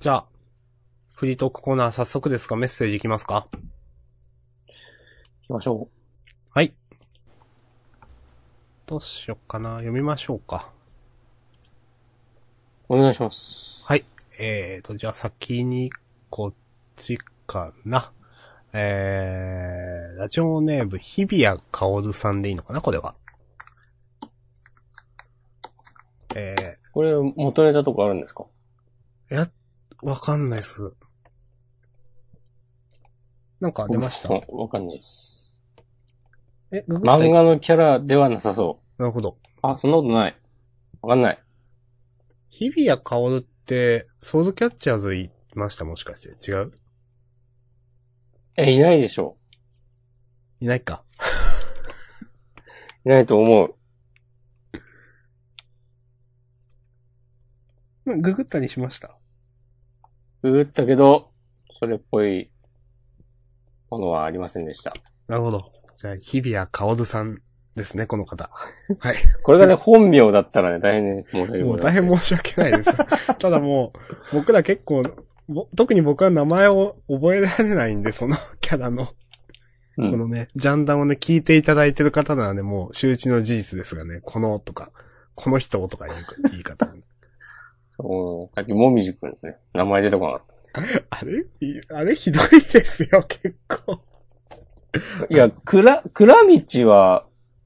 じゃあ、フリートークコーナー早速ですがメッセージいきますか？ 行きましょはい。どうしよっかな。読みましょうか。 う。お願いします。 はい。じゃあ先に、こっちかな。ラジオネーム、日比谷薫さんでいいのかなこれは。 これ、元ネタとかあるんですか？ わかんないっす。なんか出ました？ わかんないです。 ググった漫画のキャラではなさそう。 なるほど。 あ、そんなことない。わかんない。 日比谷薫って、ソウルキャッチャーズいましたもしかして。違う？ いないでしょいないか。 う。いないと思う。 ググったりしました？ ググったけど、それっぽいものはありませんでした。 なるほど。じゃあ、日比谷薫さんですね、この方。はい。 これがね、本名だったらね、大変ね、申し訳もうございません。 大変申し訳ないです。ただもう、僕ら結構、特に僕は名前を覚えられないんで、そのキャラの、 うん。 このね、ジャンダンをね、聞いていただいてる方ならね、もう周知の事実ですがね、このとか、この人とかいう言い方。 さっきもみじくんね、名前出てこなかっあれひどいですよ、結構。 た。いや、くらみは、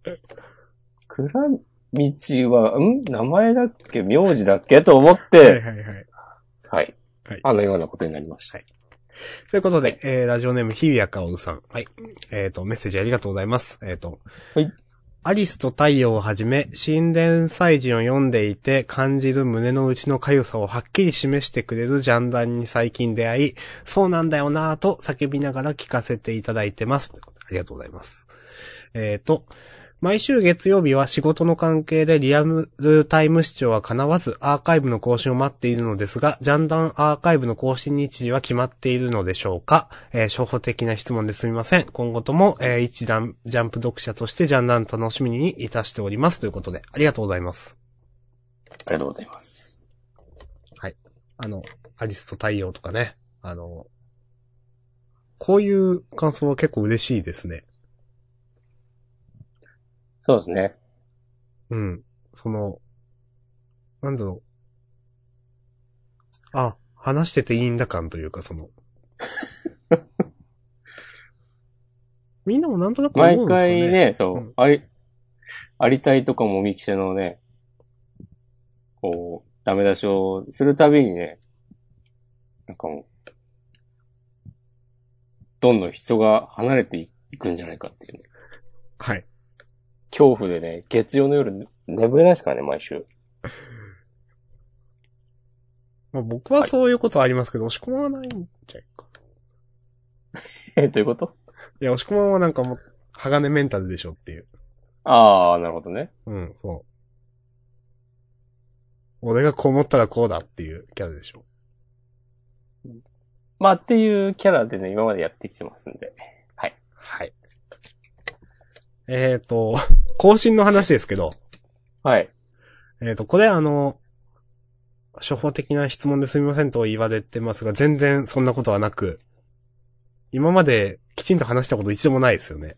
名前だっけ名字だっけと思っはいて、 はいはい。 はい。 はいあのようなことになりました。 はい。ということで、ラジオネーム日比谷薫さん。はい。メッセージありがとうございます。 はい。 アリスと太陽をはじめ、神殿祭人を読んでいて感じる胸の内の痒さをはっきり示してくれるジャンダンに最近出会い、そうなんだよなぁと叫びながら聞かせていただいてます。ありがとうございます。毎週月曜日は仕事の関係でリアルタイム視聴は叶わずアーカイブの更新を待っているのですが、ジャンダンアーカイブの更新日時は決まっているのでしょうか？初歩的な質問ですみません。今後とも、一段ジャンプ読者としてジャンダン楽しみにいたしております。ということで、ありがとうございます。 ありがとうございます。 はい。アリスと太陽とかね。こういう感想は結構嬉しいですね。 そうですね。 うん。なんだろう。話してていいんだ感というか、みんなもなんとなく思毎うんですかね。 回ね、 うん。 ありたいとかもみきせのね、こう、ダメ出しをするたびにね、なんかもう、どんどん人が離れていくんじゃないかっていうね。 はい。 恐怖でね、月曜の夜眠れないですからね、毎週。 まあ僕ははい。 そういうことはありますけど、押し込まはないんじゃないか。 どういうこと？ いや、押し込まはなんかもう、鋼メンタルでしょっていう。 ああ、なるほどね。 うん、そう。俺がこう思ったらこうだっていうキャラでしょ。 まあっていうキャラでね、今までやってきてますんで。はい。 はい。更新の話ですけど、 はい。 これ初歩的な質問ですみませんと言われてますが、全然そんなことはなく、今まできちんと話したこと一度もないですよね。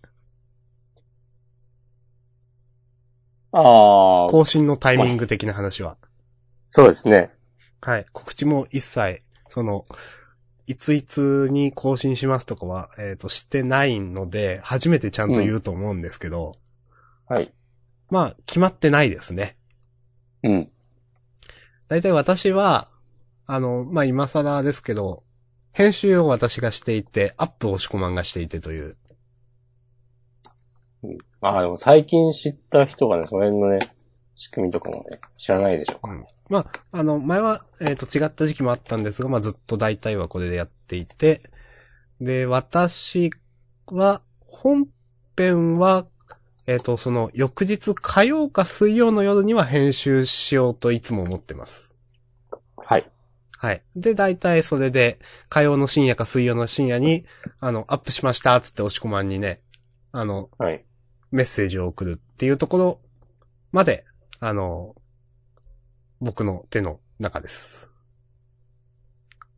ああ、 更新のタイまあ、 ミング的な話は。 そうですね。 はい。告知も一切、いついつに更新しますとかは、してないので、初めてちゃんとうん。 言うと思うんですけど、 はい。 まあ、決まってないですね。 うん。 だいたい私は、まあ、今更ですけど、編集を私がしていて、アップを押し込まんがしていてという。 うん。ああ、でも最近知った人がね、その辺のね、仕組みとかもね、知らないでしょうかうん。まあ、前は、違った時期もあったんですが、まあ、ずっと大体はこれでやっていて、で、私は、本編は、翌日火曜か水曜の夜には編集しようといつも思ってます。 ら。はい。 はい。で、大体それで、火曜の深夜か水曜の深夜に、アップしましたつって押し込まんにね、 はい。 メッセージを送るっていうところまで、僕の手の中です。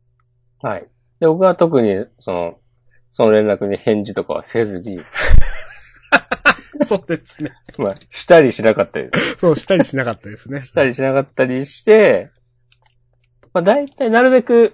はい。で、僕は特に、その連絡に返事とかはせずに、 そうですね。 まあ、したりしなかったです。 そう、したりしなかったですね。 したりしなかったりして、まあ、大体なるべく、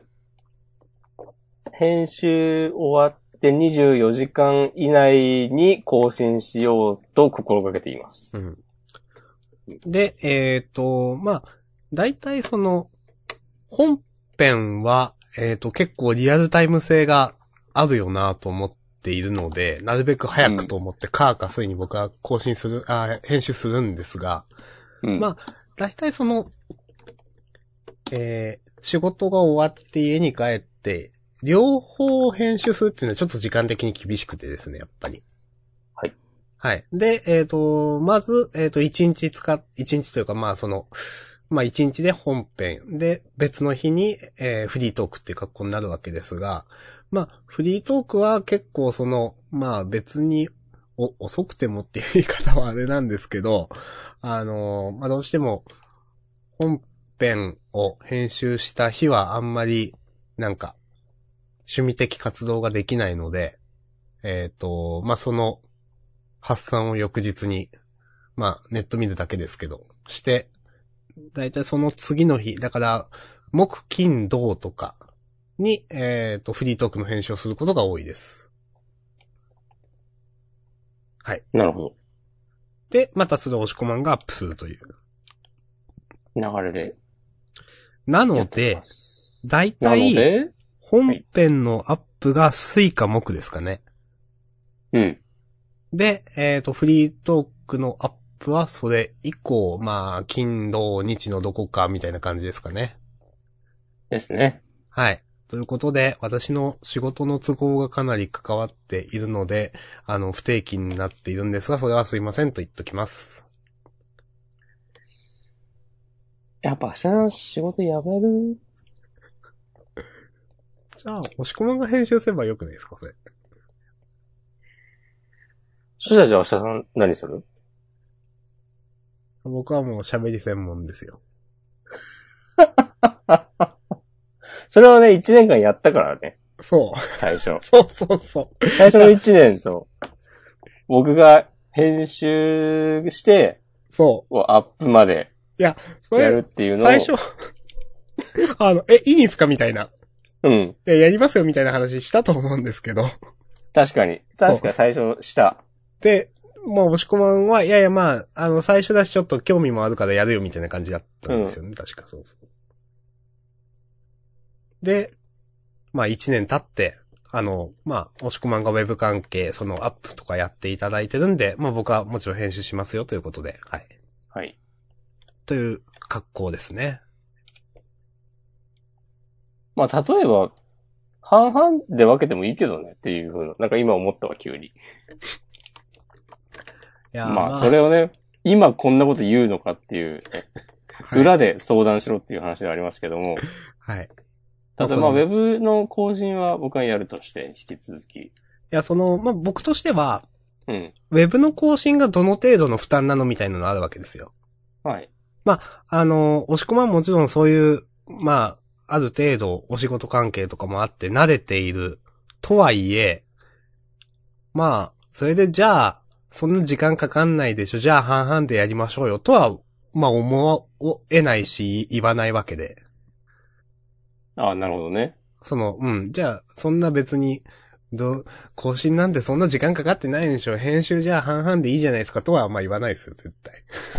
編集終わって24時間以内に更新しようと心がけています。 うん。で、まあ、大体その、本編は、結構リアルタイム性があるよなと思っているので、なるべく早くと思って、カーか水に僕は更新する、編集するんですが、 うん、 まあ、大体その、仕事が終わって家に帰って、両方編集するっていうのはちょっと時間的に厳しくてですね、やっぱり。 はい。 はい。で、まず、一日というか、まあその、まあ一日で本編で別の日に、フリートークっていう格好になるわけですが、まあフリートークは結構その、まあ別に遅くてもっていう言い方はあれなんですけど、まあどうしても本編を編集した日はあんまりなんか趣味的活動ができないので、まあその発散を翌日に、まあネット見るだけですけど、して、だいたいその次の日、だから、木、金、土とかに、フリートークの編集をすることが多いです。はい。 なるほど。 で、またそれを押し込まんがアップするという。 流れで。 なので、だいなたい、 ので、 本編のアップが水か木ですかね。 うん。 で、フリートークのアップはそれ以降、まあ、金、土、日のどこかみたいな感じですかね。 ですね。 はい。ということで、私の仕事の都合がかなり関わっているので、不定期になっているんですが、それはすいませんと言っときます。 やっぱ明日の仕事やめる？ じゃあ、押し込まんが編集すればよくないですか、それ。 そしたらじゃあ明日さん何する？ 僕はもう喋り専門ですよ。 それはね、1年間やったからね。 そう。 最初。 そうそうそう。 最初の1年、そう。僕が編集して、 そう。 アップまでいや、そやるれ、 っていうのを。 最初、いいんすかみたいな。 うん。 やりますよみたいな話したと思うんですけど。 確かに。確か最初した。 で、まあ、押し込まんは、いやいや、まあ、最初だしちょっと興味もあるからやるよみたいな感じだったんですよね。確かそうそう。で、まあ、1年経って、まあ、押し込まんがウェブ関係、そのアップとかやっていただいてるんで、まあ僕はもちろん編集しますよということで、はい。 はい。 という格好ですね。 まあ、例えば、半々で分けてもいいけどねっていう風な、なんか今思ったわ、急に。 いやまあ、それをね、今こんなこと言うのかっていう、ねはい、裏で相談しろっていう話ではありますけども。 はい。 ただまあ、ウェブの更新は僕がやるとして、引き続き。いや、まあ僕としては、 うん。 ウェブの更新がどの程度の負担なのみたいなのあるわけですよ。 はい。 まあ、押し込まんもちろんそういう、まあ、ある程度お仕事関係とかもあって慣れているとはいえ、まあ、それでじゃあ、そんな時間かかんないでしょ。じゃあ半々でやりましょうよ。とは、まあ思えないし、言わないわけで。 ああ、なるほどね。 じゃあ、そんな別に、更新なんてそんな時間かかってないんでしょ。編集じゃあ半々でいいじゃないですかとはまあ言わないですよ、絶対。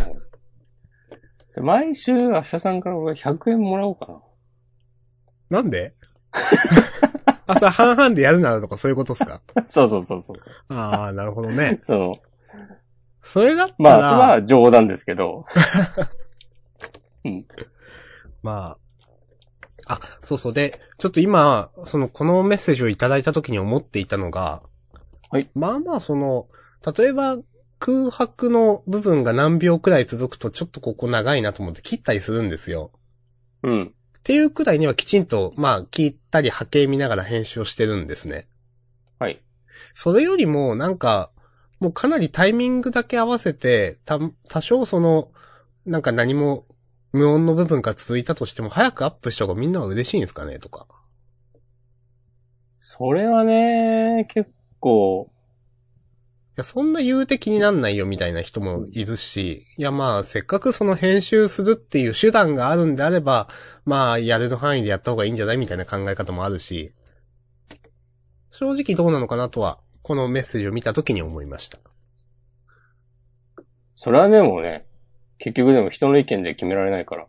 毎週、明日さんから俺100円もらおうかな。 なんでそれ半々でやるならとかそういうことっすか？ そうそうそうそう。 ああ、なるほどね。それだったら。 まあ、それは冗談ですけど。うん。 まあ。そうそう。で、ちょっと今、このメッセージをいただいた時に思っていたのが、 はい。 まあまあ例えば、空白の部分が何秒くらい続くとちょっとここ長いなと思って切ったりするんですよ。 うん。 っていうくらいにはきちんと、まあ、聞いたり波形見ながら編集をしてるんですね。 はい。 それよりも、なんか、もうかなりタイミングだけ合わせて、多少なんか何も無音の部分が続いたとしても早くアップした方がみんなは嬉しいんですかねとか。 それはね、結構、 いや、そんな言うて気になんないよみたいな人もいるし、いやまあ、せっかくその編集するっていう手段があるんであれば、まあ、やれる範囲でやった方がいいんじゃないみたいな考え方もあるし、正直どうなのかなとは、このメッセージを見た時に思いました。 それはでもね、結局でも人の意見で決められないから。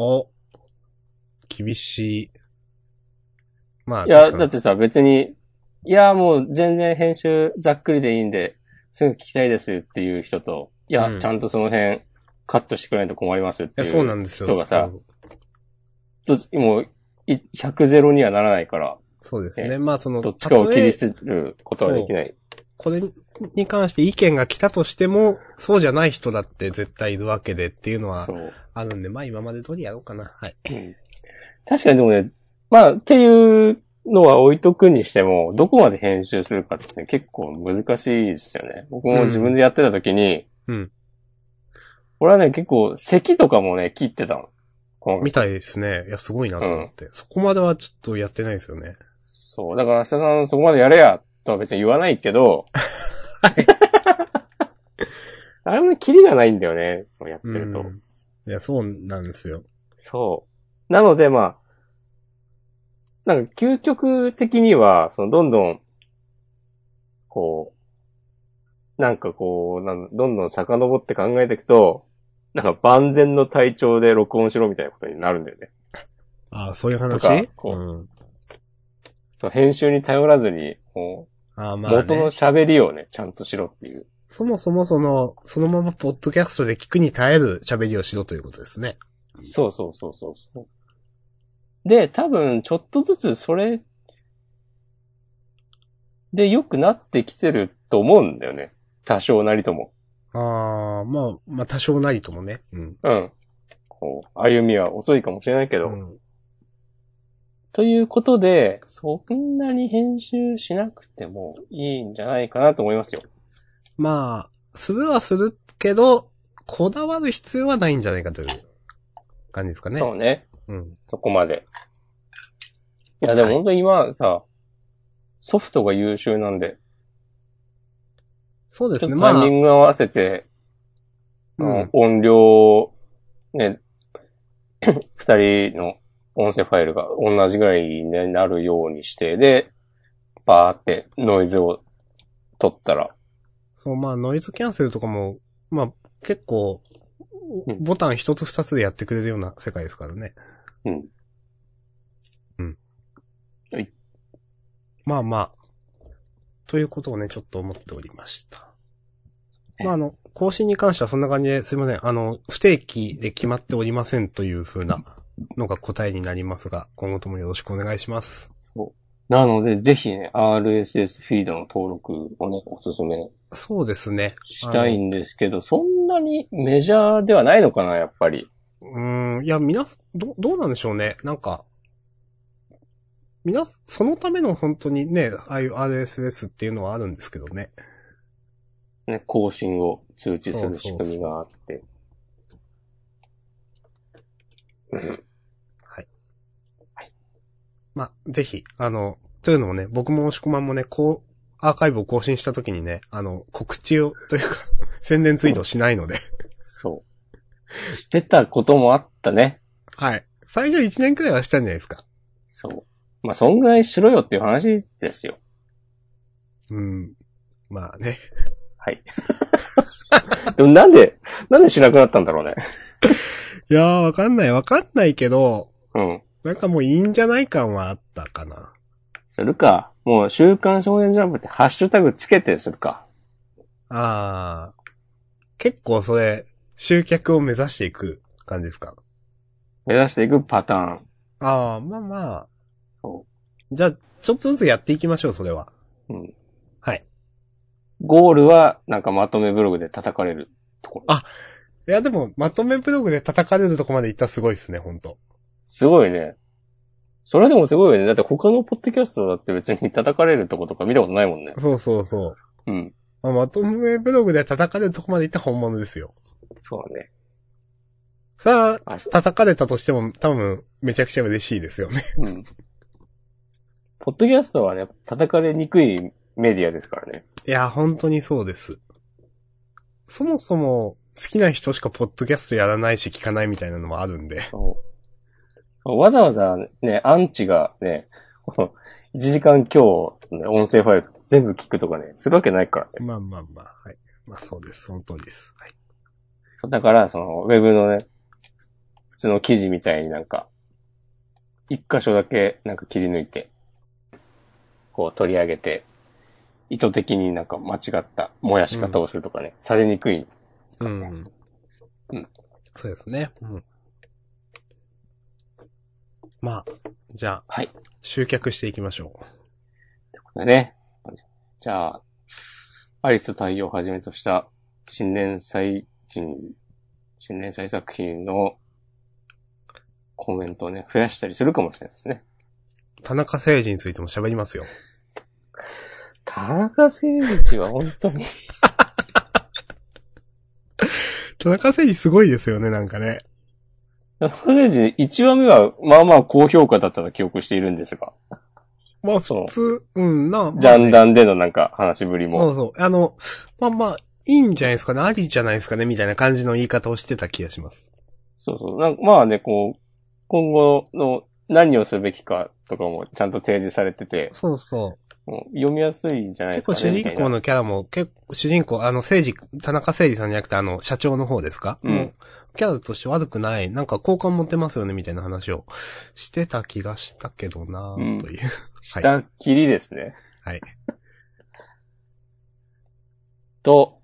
厳しい。まあ、 いや、だってさ、別に、いや、もう全然編集ざっくりでいいんで、すぐ聞きたいですっていう人と、いや、ちゃんとその辺カットしてくれないと困りますっていうそうなんですよ。 人がさ、もう、100ゼロにはならないから。 そうですね。まあその、 どっちかを切り捨てることはできない。 これに関して意見が来たとしても、そうじゃない人だって絶対いるわけでっていうのはあるんで、まあ今まで通りやろうかな。はい。 確かにでもね、まあっていうのは置いとくにしても、どこまで編集するかって、結構難しいですよね。僕も自分でやってた時に、俺はね、結構咳とかもね、切ってたの。 みたいですね。いや、すごいなと思って。そこまではちょっとやってないですよね。 そう。だから、明日さんそこまでやれや、とは別に言わないけど、はい。あれもキリがないんだよね、そうやってると。 いや、そうなんですよ。 そう。なので、まあ、なんか究極的には、どんどん、こう、なんかこう、どんどん遡って考えていくと、なんか万全の体調で録音しろみたいなことになるんだよね。 ああ、そういう話編集に頼らずに、元の喋りをね、ちゃんとしろっていう。 そもそもそのままポッドキャストで聞くに耐える喋りをしろということですね。 そう。で、多分、ちょっとずつそれ、で良くなってきてると思うんだよね。多少なりとも。 まあ、多少なりともね。 歩みは遅いかもしれないけど。ということで、そんなに編集しなくてもいいんじゃないかなと思いますよ。 まあ、するはするけど、こだわる必要はないんじゃないかという感じですかね。 そうね。そこまで。いや、でも本当に今さ、ソフトが優秀なんで。 そうですね。 タイミング合わせて、音量、ね、二人の音声ファイルが同じぐらいになるようにして、で、バーってノイズを取ったら。 そう、まあノイズキャンセルとかも、まあ結構、ボタン一つ二つでやってくれるような世界ですからね。 はい。 まあ、ということをね、ちょっと思っておりました。まあ更新に関してはそんな感じで、すいません。不定期で決まっておりませんという風なのが答えになりますが、今後ともよろしくお願いします。 なので、ぜひね、RSS フィードの登録をね、おすすめ。 そうですね。 したいんですけど、そんなにメジャーではないのかな、やっぱり。 いや、どうなんでしょうね。なんか、そのための本当にね、ああいう RSS っていうのはあるんですけどね。 ね、更新を通知する仕組みがあって。 はい。まあ、ぜひ、というのもね、僕も押し込まんもね、アーカイブを更新した時にね、告知を、というか、宣伝ツイートしないので。 そう。してたこともあったね。 はい。最初1年くらいはしたんじゃないですか。 そう。まあ、そんぐらいしろよっていう話ですよ。 まあね。 はい。でもなんでしなくなったんだろうね。 いやー、わかんないけど、なんかもういいんじゃない感はあったかな。 するか。もう週刊少年ジャンプってハッシュタグつけてするか。 結構それ、集客を目指していく感じですか？ 目指していくパターン。 まあ。じゃあ、ちょっとずつやっていきましょう、それは。はい。 ゴールは、なんかまとめブログで叩かれるところ。 いやでも、まとめブログで叩かれるとこまで行ったらすごいですね、ほんと。 すごいね。それでもすごいよね。だって他のポッドキャストだって別に叩かれるとことか見たことないもんね。 そう。まとめブログで叩かれるとこまで行った本物ですよ。 そうね。 さあ、叩かれたとしても多分めちゃくちゃ嬉しいですよね。 ポッドキャストはね、叩かれにくいメディアですからね。 いや、本当にそうです。そもそも好きな人しかポッドキャストやらないし聞かないみたいなのもあるんで。 わざわざね、アンチがね、この1時間今日、ね、音声ファイル全部聞くとかね、するわけないからね。 まあまあまあ、はい。まあそうです。その通りです。はい。 だから、ウェブのね、普通の記事みたいになんか、一箇所だけなんか切り抜いて、こう取り上げて、意図的になんか間違った燃やし方をするとかね、されにくい、ね。 うん。そうですね。うん。まあ、じゃあ、 はい。 集客していきましょう。ね。じゃあ、アリスと太陽をはじめとした新連載作品のコメントをね、増やしたりするかもしれないですね。 田中誠二についても喋りますよ。 田中誠二は本当に田中誠二すごいですよね、なんかね。 田中誠二1話目はまあまあ高評価だったと記憶しているんですが。 まあ普通、まあね、 ジャンダンでのなんか話ぶりも。 そうそう。まあまあ、いいんじゃないですかね、ありじゃないですかね、みたいな感じの言い方をしてた気がします。 そうそう。なんかまあね、こう、今後の何をすべきかとかもちゃんと提示されてて。 そうそう。 読みやすいんじゃないですかね。 結構主人公のキャラも、主人公、田中誠二さんじゃなくて社長の方ですか？もう、キャラとして悪くない、なんか好感持ってますよね、みたいな話をしてた気がしたけどなぁ、という。 したきりですね。 はい。 と、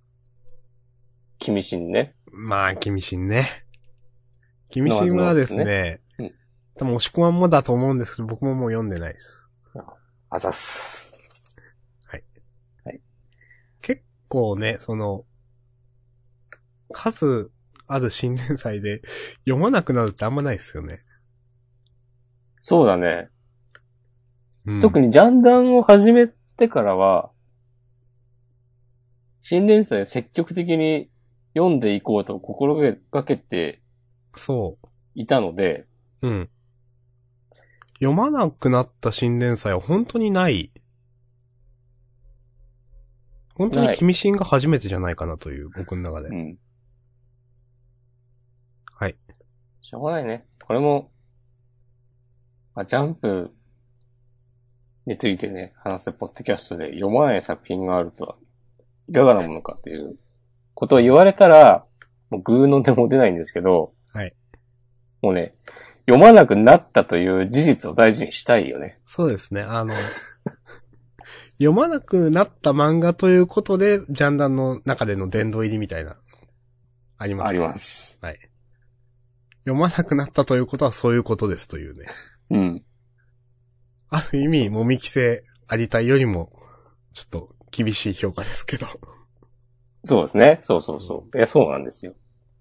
君心ね。 まあ、君心ね。君心はですね、多分押し込まんもだと思うんですけど、僕ももう読んでないです。 あざっす。 はい。 はい。 結構ね、数ある新連載で読まなくなるってあんまないですよね。 そうだね。 うん、 特にジャンダンを始めてからは、新連載を積極的に読んでいこうと心がけていたので、 うん。読まなくなった新連載は本当にない。本当に君心が初めてじゃないかなという、僕の中で。 うん。 はい。 しょうがないね。これも、ジャンプについてね、話すポッドキャストで読まない作品があるとは、いかがなものかということを言われたら、もうグーの手も出ないんですけど、 はい。 もうね、読まなくなったという事実を大事にしたいよね。 そうですね。読まなくなった漫画ということで、ジャンダンの中での殿堂入りみたいな、あります、 あります。 はい。読まなくなったということはそういうことですというね。 うん。 ある意味、もみ規制ありたいよりも、ちょっと厳しい評価ですけど。 そうですね。そうそうそう。いや、そうなんですよ。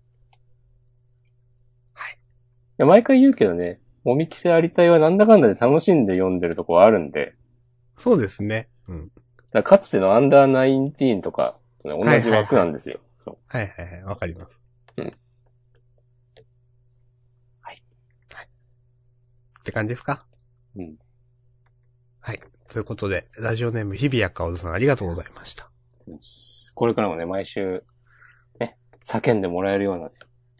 はい。いや、毎回言うけどね、もみ規制ありたいはなんだかんだで楽しんで読んでるとこはあるんで。 そうですね。うん。 かつてのアンダーナインティーンとか、同じ枠なんですよ。 はいはいはい。わかります。 うん。 はい。はい。って感じですか？ うん。 はい。ということで、ラジオネーム日比谷かおるさんありがとうございました。 これからもね、毎週、ね、叫んでもらえるような、ね、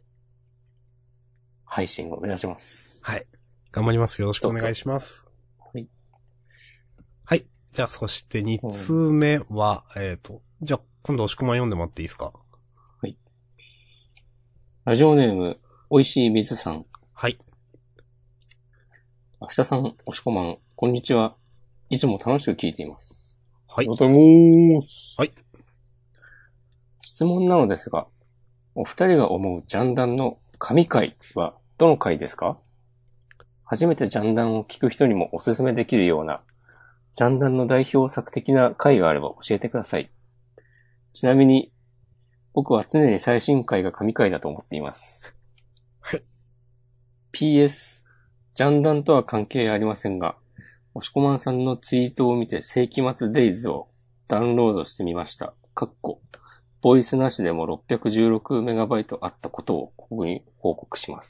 配信を目指します。 はい。頑張ります。よろしくお願いします。 はい。 はい。じゃあ、そして2通目は、じゃあ、今度押し込まん読んでもらっていいですか？ はい。ラジオネーム、おいしい水さん。 はい。 明日さん、押し込まん、こんにちは。いつも楽しく聞いています。 はい。 ありがとうございます。 はい。 質問なのですが、お二人が思うジャンダンの神回はどの回ですか？初めてジャンダンを聞く人にもおすすめできるような、ジャンダンの代表作的な回があれば教えてください。ちなみに、僕は常に最新回が神回だと思っています。 はい。 PS、ジャンダンとは関係ありませんが、押しこまんさんのツイートを見て世紀末デイズをダウンロードしてみました。ボイスなしでも 616MB あったことをここに報告します。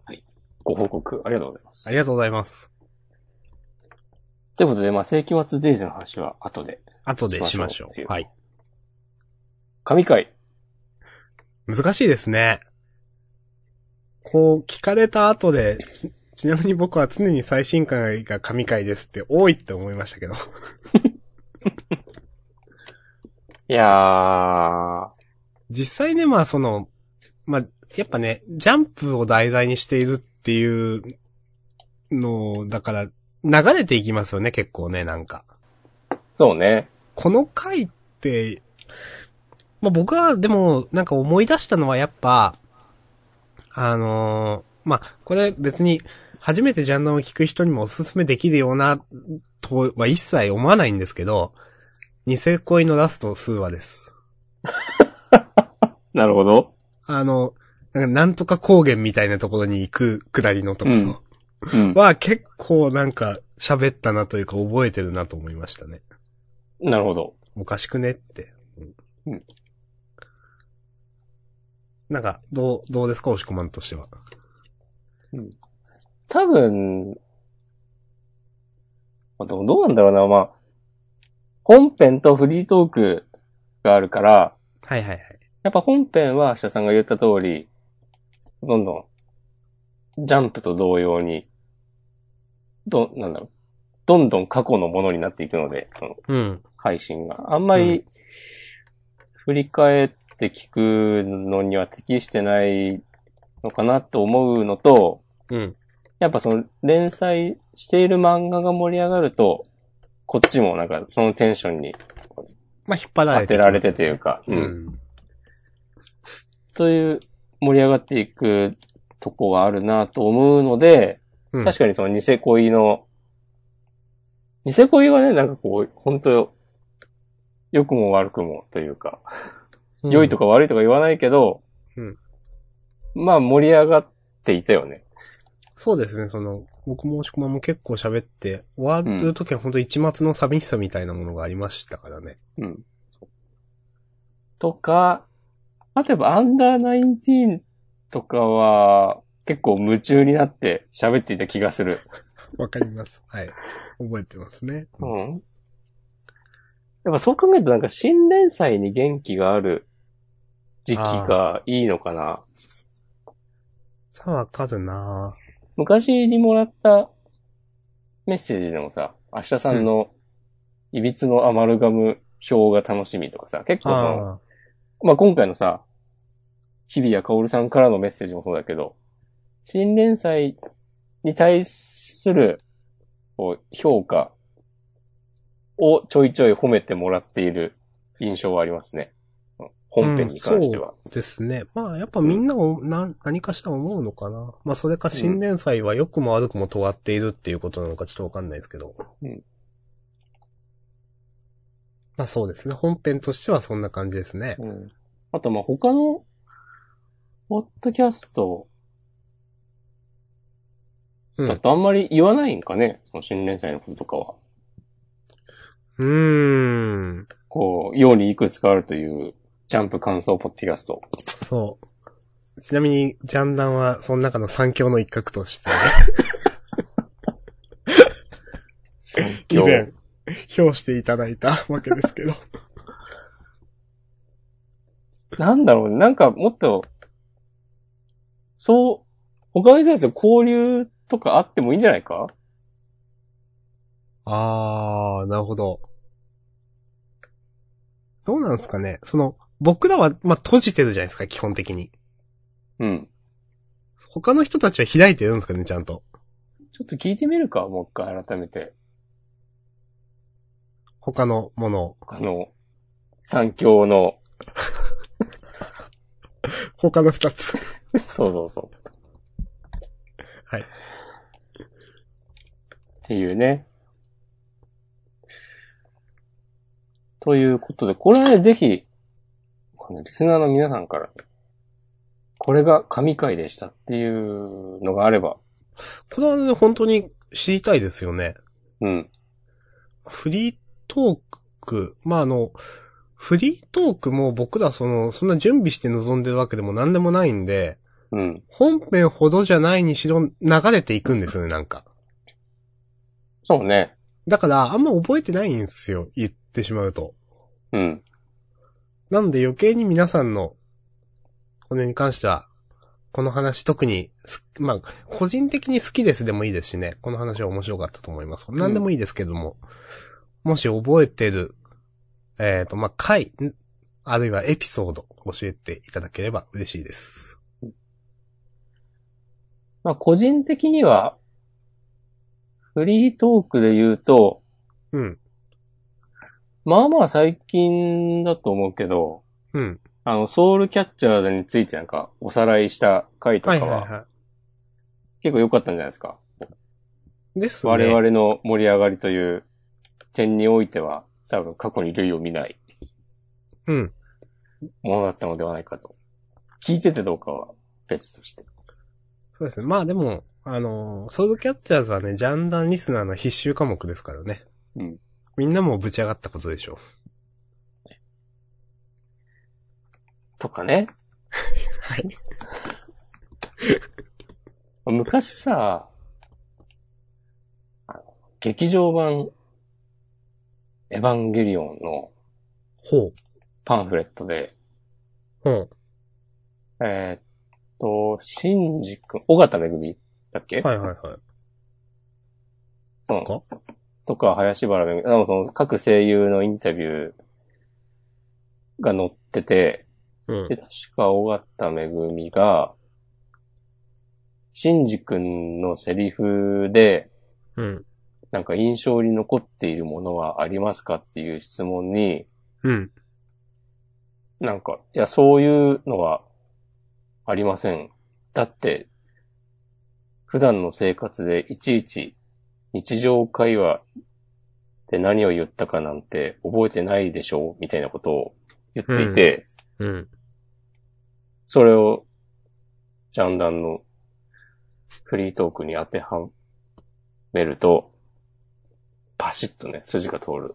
はい。 はい。ご報告ありがとうございます。 ありがとうございます。 ということで、まあ、世紀末デイズの話は後で。 後でしましょう。はい。 神回。 難しいですね。こう、聞かれた後で、ちなみに僕は常に最新回が神回ですって多いって思いましたけど。 いやー。 実際ね、まあまあ、やっぱね、ジャンプを題材にしているっていうのだから、流れていきますよね、結構ね、なんか。 そうね。 この回って、まあ僕はでも、なんか思い出したのはやっぱ、まあ、これ別に、初めてジャンルを聞く人にもおすすめできるような、とは一切思わないんですけど、ニセ恋のラスト数話です。 なるほど。 なんとか高原みたいなところに行くくだりのところは結構なんか喋ったなというか覚えてるなと思いましたね。 なるほど。 おかしくねって。 うん。 なんか、どうですか、押し込まんとしては。 うん。多分、どうなんだろうな、まあ、本編とフリートークがあるから、 はいはいはい。 やっぱ本編は、明日さんが言った通り、どんどん、ジャンプと同様に、なんだろう、どんどん過去のものになっていくので、 うん。 配信が。あんまり、振り返って聞くのには適してないのかなと思うのと、 うん。 やっぱその連載している漫画が盛り上がると、こっちもなんかそのテンションにまあ、引っ張られて、 当てられてというか、 うん。 という盛り上がっていくとこがあるなと思うので、 うん、 確かにそのニセ恋はね、なんかこう、本当良くも悪くもというか、良いとか悪いとか言わないけど、 うん、 まあ盛り上がっていたよね。 そうですね、僕も押し込まんも結構喋って、終わるときは本当一末の寂しさみたいなものがありましたからね。 うん。とか、例えばアンダーナインティーンとかは、結構夢中になって喋っていた気がする。 わかります。はい。覚えてますね。 うん。やっぱそう考えるとなんか新連載に元気がある時期がいいのかな。 さあわかるな昔にもらったメッセージでもさ、明日さんのいびつのアマルガム表が楽しみとかさ、結構まあ今回のさ、日比谷薫さんからのメッセージもそうだけど、新連載に対するこう評価をちょいちょい褒めてもらっている印象はありますね。本編に関しては。 そうですね。まあやっぱみんなを何かしら思うのかな。まあそれか新連載は良くも悪くも尖っているっていうことなのかちょっとわかんないですけど。まあそうですね。本編としてはそんな感じですね。 あとまあ他のポッドキャストだとあんまり言わないんかね、新連載のこととかは。こう、ようにいくつかあるというジャンプ感想ポッドキャスト。 そう。ちなみに、ジャンダンはその中の三強の一角として、以前、評していただいたわけですけど。 なんだろうね。なんかもっと、他の人たちと交流とかあってもいいんじゃないか？ なるほど。どうなんですかね。僕らは、まあ、閉じてるじゃないですか、基本的に。 うん。 他の人たちは開いてるんですかね、ちゃんと。 ちょっと聞いてみるか、もう一回改めて。 他のものを。 三強の。 他の二つ。 そうそうそう。 はい。 っていうね。ということで、これはね、ぜひ、リスナーの皆さんから、これが神回でしたっていうのがあれば。 これはね、本当に知りたいですよね。 うん。 フリートーク、まあフリートークも僕らそんな準備して臨んでるわけでも何でもないんで、 うん。 本編ほどじゃないにしろ流れていくんですよね、なんか。 そうね。 だからあんま覚えてないんですよ、言ってしまうと。 うん。 なので余計に皆さんの、これに関しては、この話特に、まあ、個人的に好きですでもいいですしね、この話は面白かったと思います。何でもいいですけども、もし覚えてる、まあ、回、あるいはエピソード教えていただければ嬉しいです。 まあ、個人的には、フリートークで言うと、 うん。 まあまあ最近だと思うけど、 うん。 ソウルキャッチャーズについてなんかおさらいした回とかは、結構良かったんじゃないですか。 ですね。 我々の盛り上がりという点においては、多分過去に類を見ないうん。 ものだったのではないかと。聞いててどうかは別として。 そうですね。まあでも、ソウルキャッチャーズはね、ジャンダンリスナーの必修科目ですからね。 うん。みんなもぶち上がったことでしょう。 とかね。 はい。 昔さ、劇場版エヴァンゲリオンのパンフレットで、シンジ君、尾形めぐみだっけ？ はいはいはい。 うん。とか、林原めぐみ、その各声優のインタビューが載ってて、 うん。 で、確か尾形めぐみが、シンジ君のセリフで、 うん。 なんか印象に残っているものはありますかっていう質問に、 うん。 なんか、いや、そういうのはありません。だって、普段の生活でいちいち日常会話で何を言ったかなんて覚えてないでしょうみたいなことを言っていて、 うん。 それをジャンダンのフリートークに当てはめると、パシッとね、筋が通る。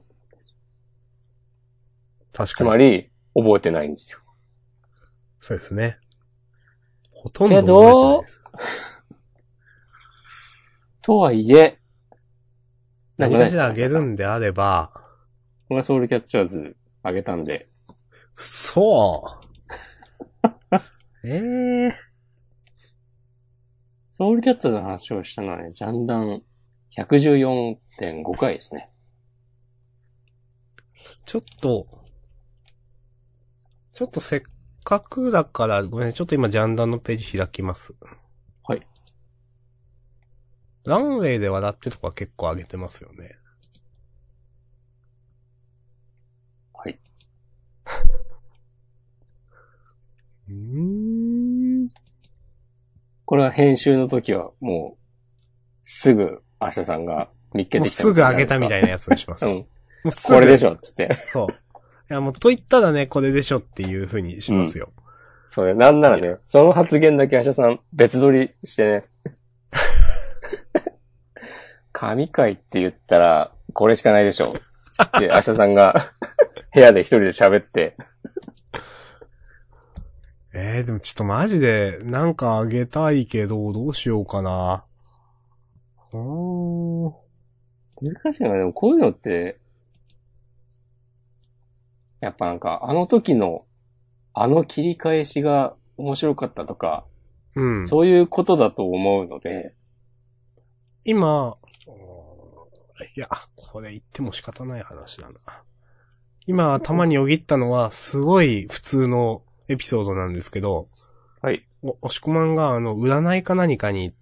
確かに。 つまり、覚えてないんですよ。 そうですね。ほとんど覚えてないです。 とはいえ、 何かしらあげるんであれば、 俺はソウルキャッチャーズあげたんで。 そうソウルキャッチャーズの話をしたのはね、ジャンダン 114.5 回ですね。 ちょっとせっかくだから、ごめんね、ちょっと今ジャンダンのページ開きます。 はい。 ランウェイで笑ってとか結構上げてますよね。 はい。これは編集の時はもう、すぐ、明日さんが見っけてきた。もうすぐ上げたみたいなやつにします。 うん。もうこれでしょ、つって。 そう。いや、もうと言ったらね、これでしょっていう風にしますよ。 そうね、なんならね、その発言だけ明日さん別撮りしてね。神回って言ったら、これしかないでしょ。つって、明日さんが部屋で一人で喋って。 でもちょっとマジで、なんかあげたいけど、どうしようかな。 難しいな、でもこういうのって、やっぱなんか、あの時の、あの切り返しが面白かったとか、 うん。 そういうことだと思うので。 今、いや、これ言っても仕方ない話だな。今、頭によぎったのは、すごい普通のエピソードなんですけど、 はい。 押し込まんが、占いか何かに行って、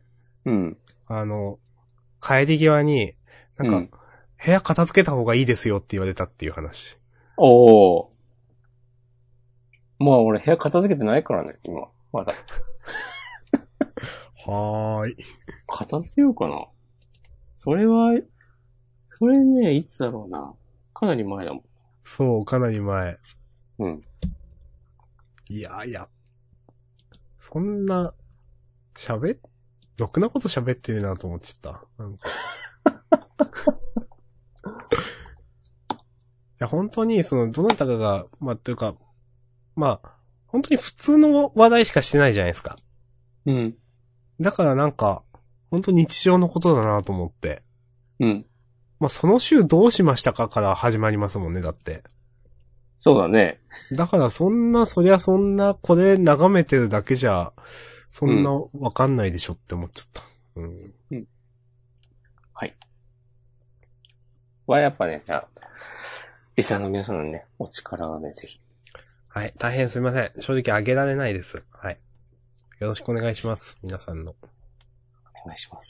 うん。 帰り際に、なんか、部屋片付けた方がいいですよって言われたっていう話。 おー。まあ俺部屋片付けてないからね、今。まだ。 はーい。 片付けようかな。それね、いつだろうな。かなり前だもん。 そう、かなり前。 うん。 いや、そんな、ろくなこと喋ってるなと思っちゃった。なんか。いや、本当に、どなたかが、というか、本当に普通の話題しかしてないじゃないですか。 うん。 だからなんか、本当日常のことだなと思って。 うん。 まあ、その週どうしましたかから始まりますもんね、だって。 そうだね。 だからそりゃそんな、これ眺めてるだけじゃ、そんなわかんないでしょって思っちゃった。うん。 うん。はい。はやっぱね、じゃあ、リスナーの皆さんのね、お力がね、ぜひ。 はい。大変すみません。正直あげられないです。はい。よろしくお願いします。皆さんの。 お願いします。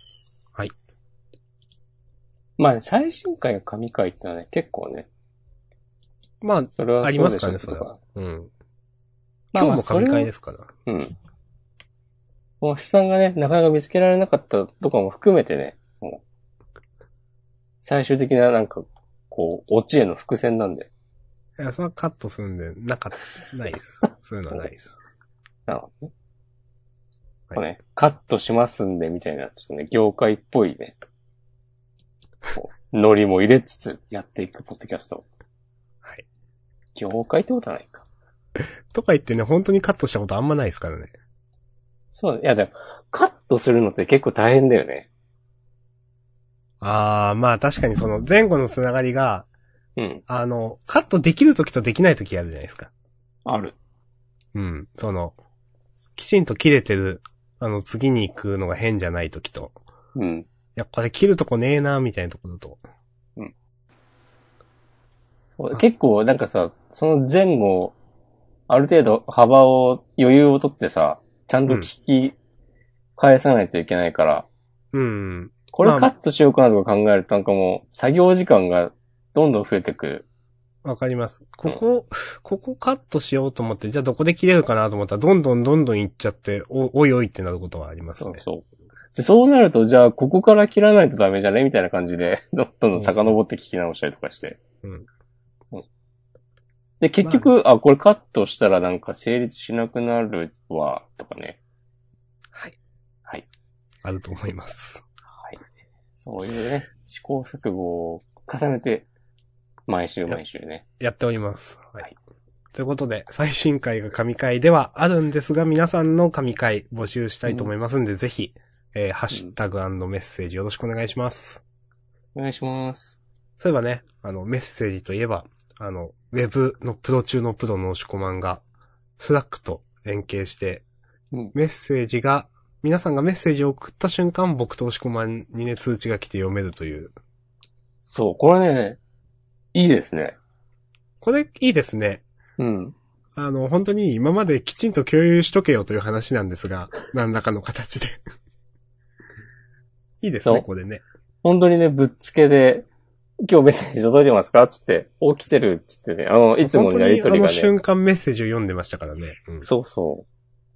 はい。 まあ、ね、最新回が神回ってのはね、結構ね。 まあ、 それはありますかね、それは。うん。今日も神回ですから。 うん。もう、資産がね、なかなか見つけられなかったとかも含めてね、もう、最終的ななんか、こう、オチへの伏線なんで。 いや、それはカットするんで、ないです。そういうのはないです。 なるほどね。 はい、 こうね、カットしますんで、みたいな、ちょっとね、業界っぽいね、ノリも入れつつやっていくポッドキャスト。 はい。 業界ってことはないか。 とか言ってね、本当にカットしたことあんまないですからね。 そう、いやでも、カットするのって結構大変だよね。 まあ確かにその前後のつながりが、 うん。 カットできるときとできないときあるじゃないですか。 ある。 うん。きちんと切れてる、次に行くのが変じゃないときと。 うん。 いや、これ切るとこねえな、みたいなところと。 うん。結構、なんかさ、その前後、ある程度余裕を取ってさ、ちゃんと聞き返さないといけないから、 うん。 これカットしようかなとか考えるとなんかもう、作業時間がどんどん増えてくる。 わかります。ここカットしようと思って、じゃあどこで切れるかなと思ったら、どんどんいっちゃって、おいおいってなることはありますね。 そう。でそうなると、じゃあここから切らないとダメじゃねみたいな感じで、どんどん遡って聞き直したりとかして。 うん。 で、結局、これカットしたらなんか成立しなくなるわ、とかね。 はい。 はい。 あると思います。 はい。そういうね、試行錯誤を重ねて、毎週ね。 やっております。はい。ということで、最新回が神回ではあるんですが、皆さんの神回募集したいと思いますんで、ぜひ、ハッシュタグ&メッセージよろしくお願いします。 お願いします。 そういえばね、メッセージといえば、ウェブのプロ中のプロの押し込まんが、スラックと連携して、メッセージが、皆さんがメッセージを送った瞬間、僕と押し込まんにね、通知が来て読めるという。 そう、これね、いいですね。 これ、いいですね。 うん。 本当に今まできちんと共有しとけよという話なんですが、何らかの形で。いいですね、これね。 本当にね、ぶっつけで、今日メッセージ届いてますかつって、起きてるっつってね、いつものやりとりがね。 瞬間メッセージを読んでましたからね。 うん、そうそう。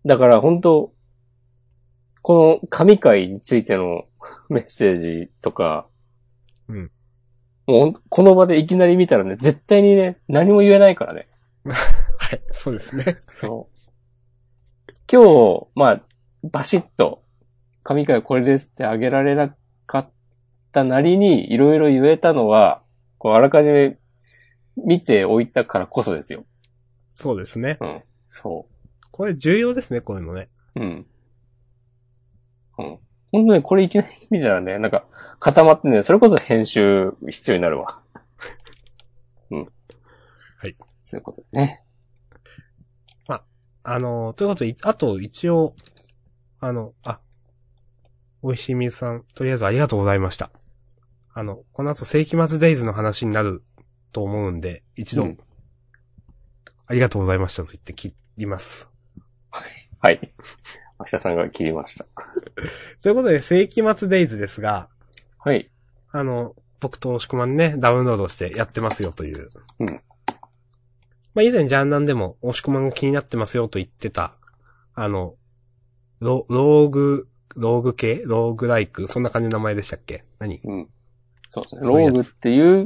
だから本当この神回についてのメッセージとか、 うん。 もうこの場でいきなり見たらね、絶対にね、何も言えないからね。 はい、そうですね。 そう。今日、まあ、バシッと、神回これですってあげられなかったなりに、いろいろ言えたのは、こう、あらかじめ見ておいたからこそですよ。 そうですね。 うん。そう。 これ重要ですね、こういうのね。 うん。うん。本当ね、これいきなり見たらね、なんか固まってね、それこそ編集必要になるわ。うん。 はい。 そういうことでね。 まあ、ということで、あと一応、美味しい水さん、とりあえずありがとうございました。この後世紀末デイズの話になると思うんで、一度、ありがとうございましたと言って切ります。 はい。はい。明日さんが切りました。 ということで、世紀末デイズですが、 はい。 僕と押し込まんね、ダウンロードしてやってますよという。 うん。 まあ、以前ジャンダンでも押し込まんが気になってますよと言ってた、ローグライクそんな感じの名前でしたっけ？何？ うん。そうですね。ローグっていう、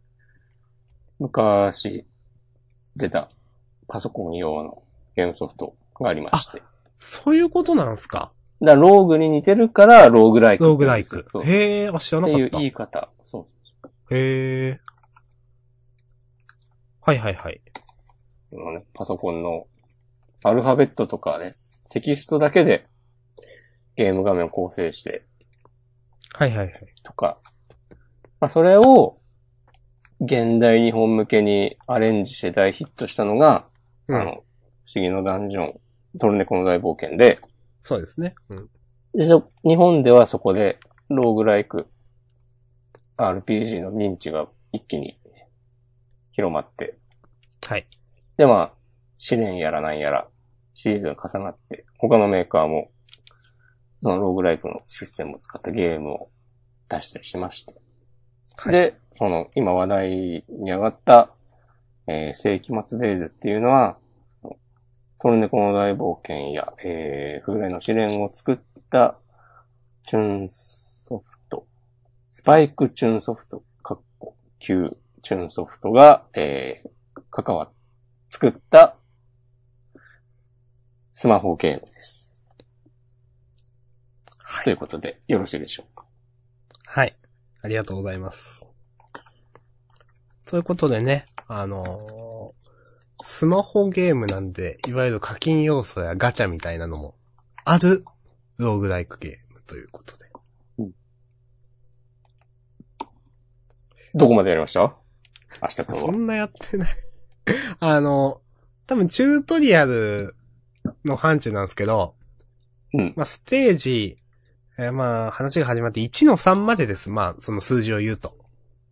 昔出たパソコン用のゲームソフトがありまして。 そういうことなんすか？ だからローグに似てるからローグライク。 ローグライク。へー、知らなかった。 っていう言い方。そう。 へー。はいはいはい。 ね、パソコンのアルファベットとかね、テキストだけでゲーム画面を構成して。 はいはいはい。 とか、 まあ、それを、現代日本向けにアレンジして大ヒットしたのが、 うん。 不思議のダンジョン、トルネコの大冒険で、 そうですね。うん。 で日本ではそこで、ローグライク、RPG の認知が一気に広まって、 はい。 で、まあ、試練やらなんやら、シリーズが重なって、他のメーカーも、そのローグライクのシステムを使ったゲームを出したりしまして。 はい、 で、今話題に上がった、世紀末デイズっていうのは、トルネコの大冒険や、風来の試練を作った、チュンソフト、スパイクチュンソフト、旧チュンソフトが、作ったスマホゲームです。はい。ということで、よろしいでしょうか。 はい。ありがとうございます。ということでね、スマホゲームなんで、いわゆる課金要素やガチャみたいなのもあるローグライクゲームということで。 うん、どこまでやりました？明日君は。 そんなやってない多分チュートリアルの範疇なんですけど、 うん。 まあ、ステージ、まあ、話が始まって1の3までです。まあ、その数字を言うと。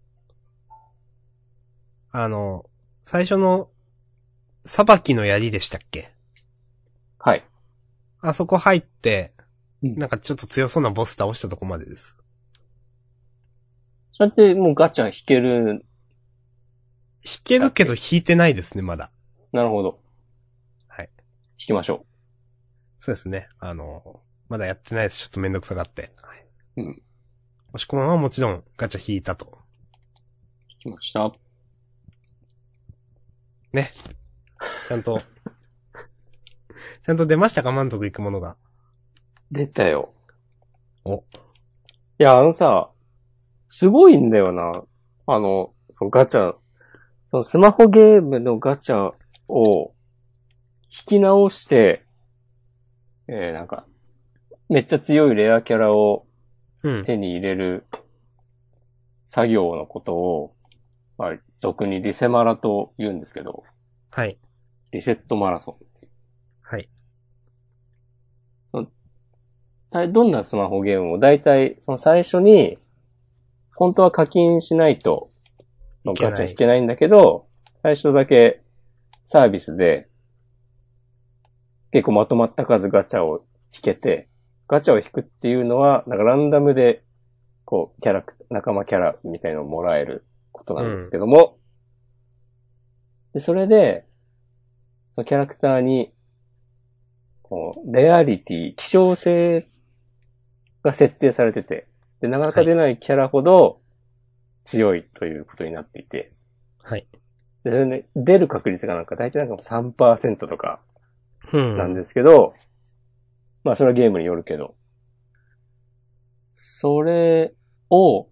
最初の、裁きの槍でしたっけ？ はい。 あそこ入って、 うん、 なんかちょっと強そうなボス倒したとこまでです。 それってもうガチャ引ける？ 引けるけど引いてないですね、まだ。 なるほど。 はい。 引きましょう。 そうですね。まだやってないです。ちょっとめんどくさがって。はい。 うん。 押し込まんはもちろんガチャ引いたと。 引きました。 ね。ちゃんと出ましたか？満足いくものが。 出たよ。 お。 いや、さ、すごいんだよな。そのガチャ、そのスマホゲームのガチャを引き直して、なんか、めっちゃ強いレアキャラを手に入れる作業のことを、まあ、俗にリセマラと言うんですけど、 はい。 リセットマラソンっていう。 はい。 どんなスマホゲームも大体、その最初に、本当は課金しないと、ガチャ引けないんだけど、最初だけサービスで、結構まとまった数ガチャを引けて、ガチャを引くっていうのは、なんかランダムで、こう、仲間キャラみたいのをもらえることなんですけども、でそれで、そのキャラクターに、こう、レアリティ、希少性が設定されてて、で、なかなか出ないキャラほど強いということになっていて、 はい。 で、それで出る確率がなんか大体なんか 3% とかなんでですけど、まあそれはゲームによるけど、それを、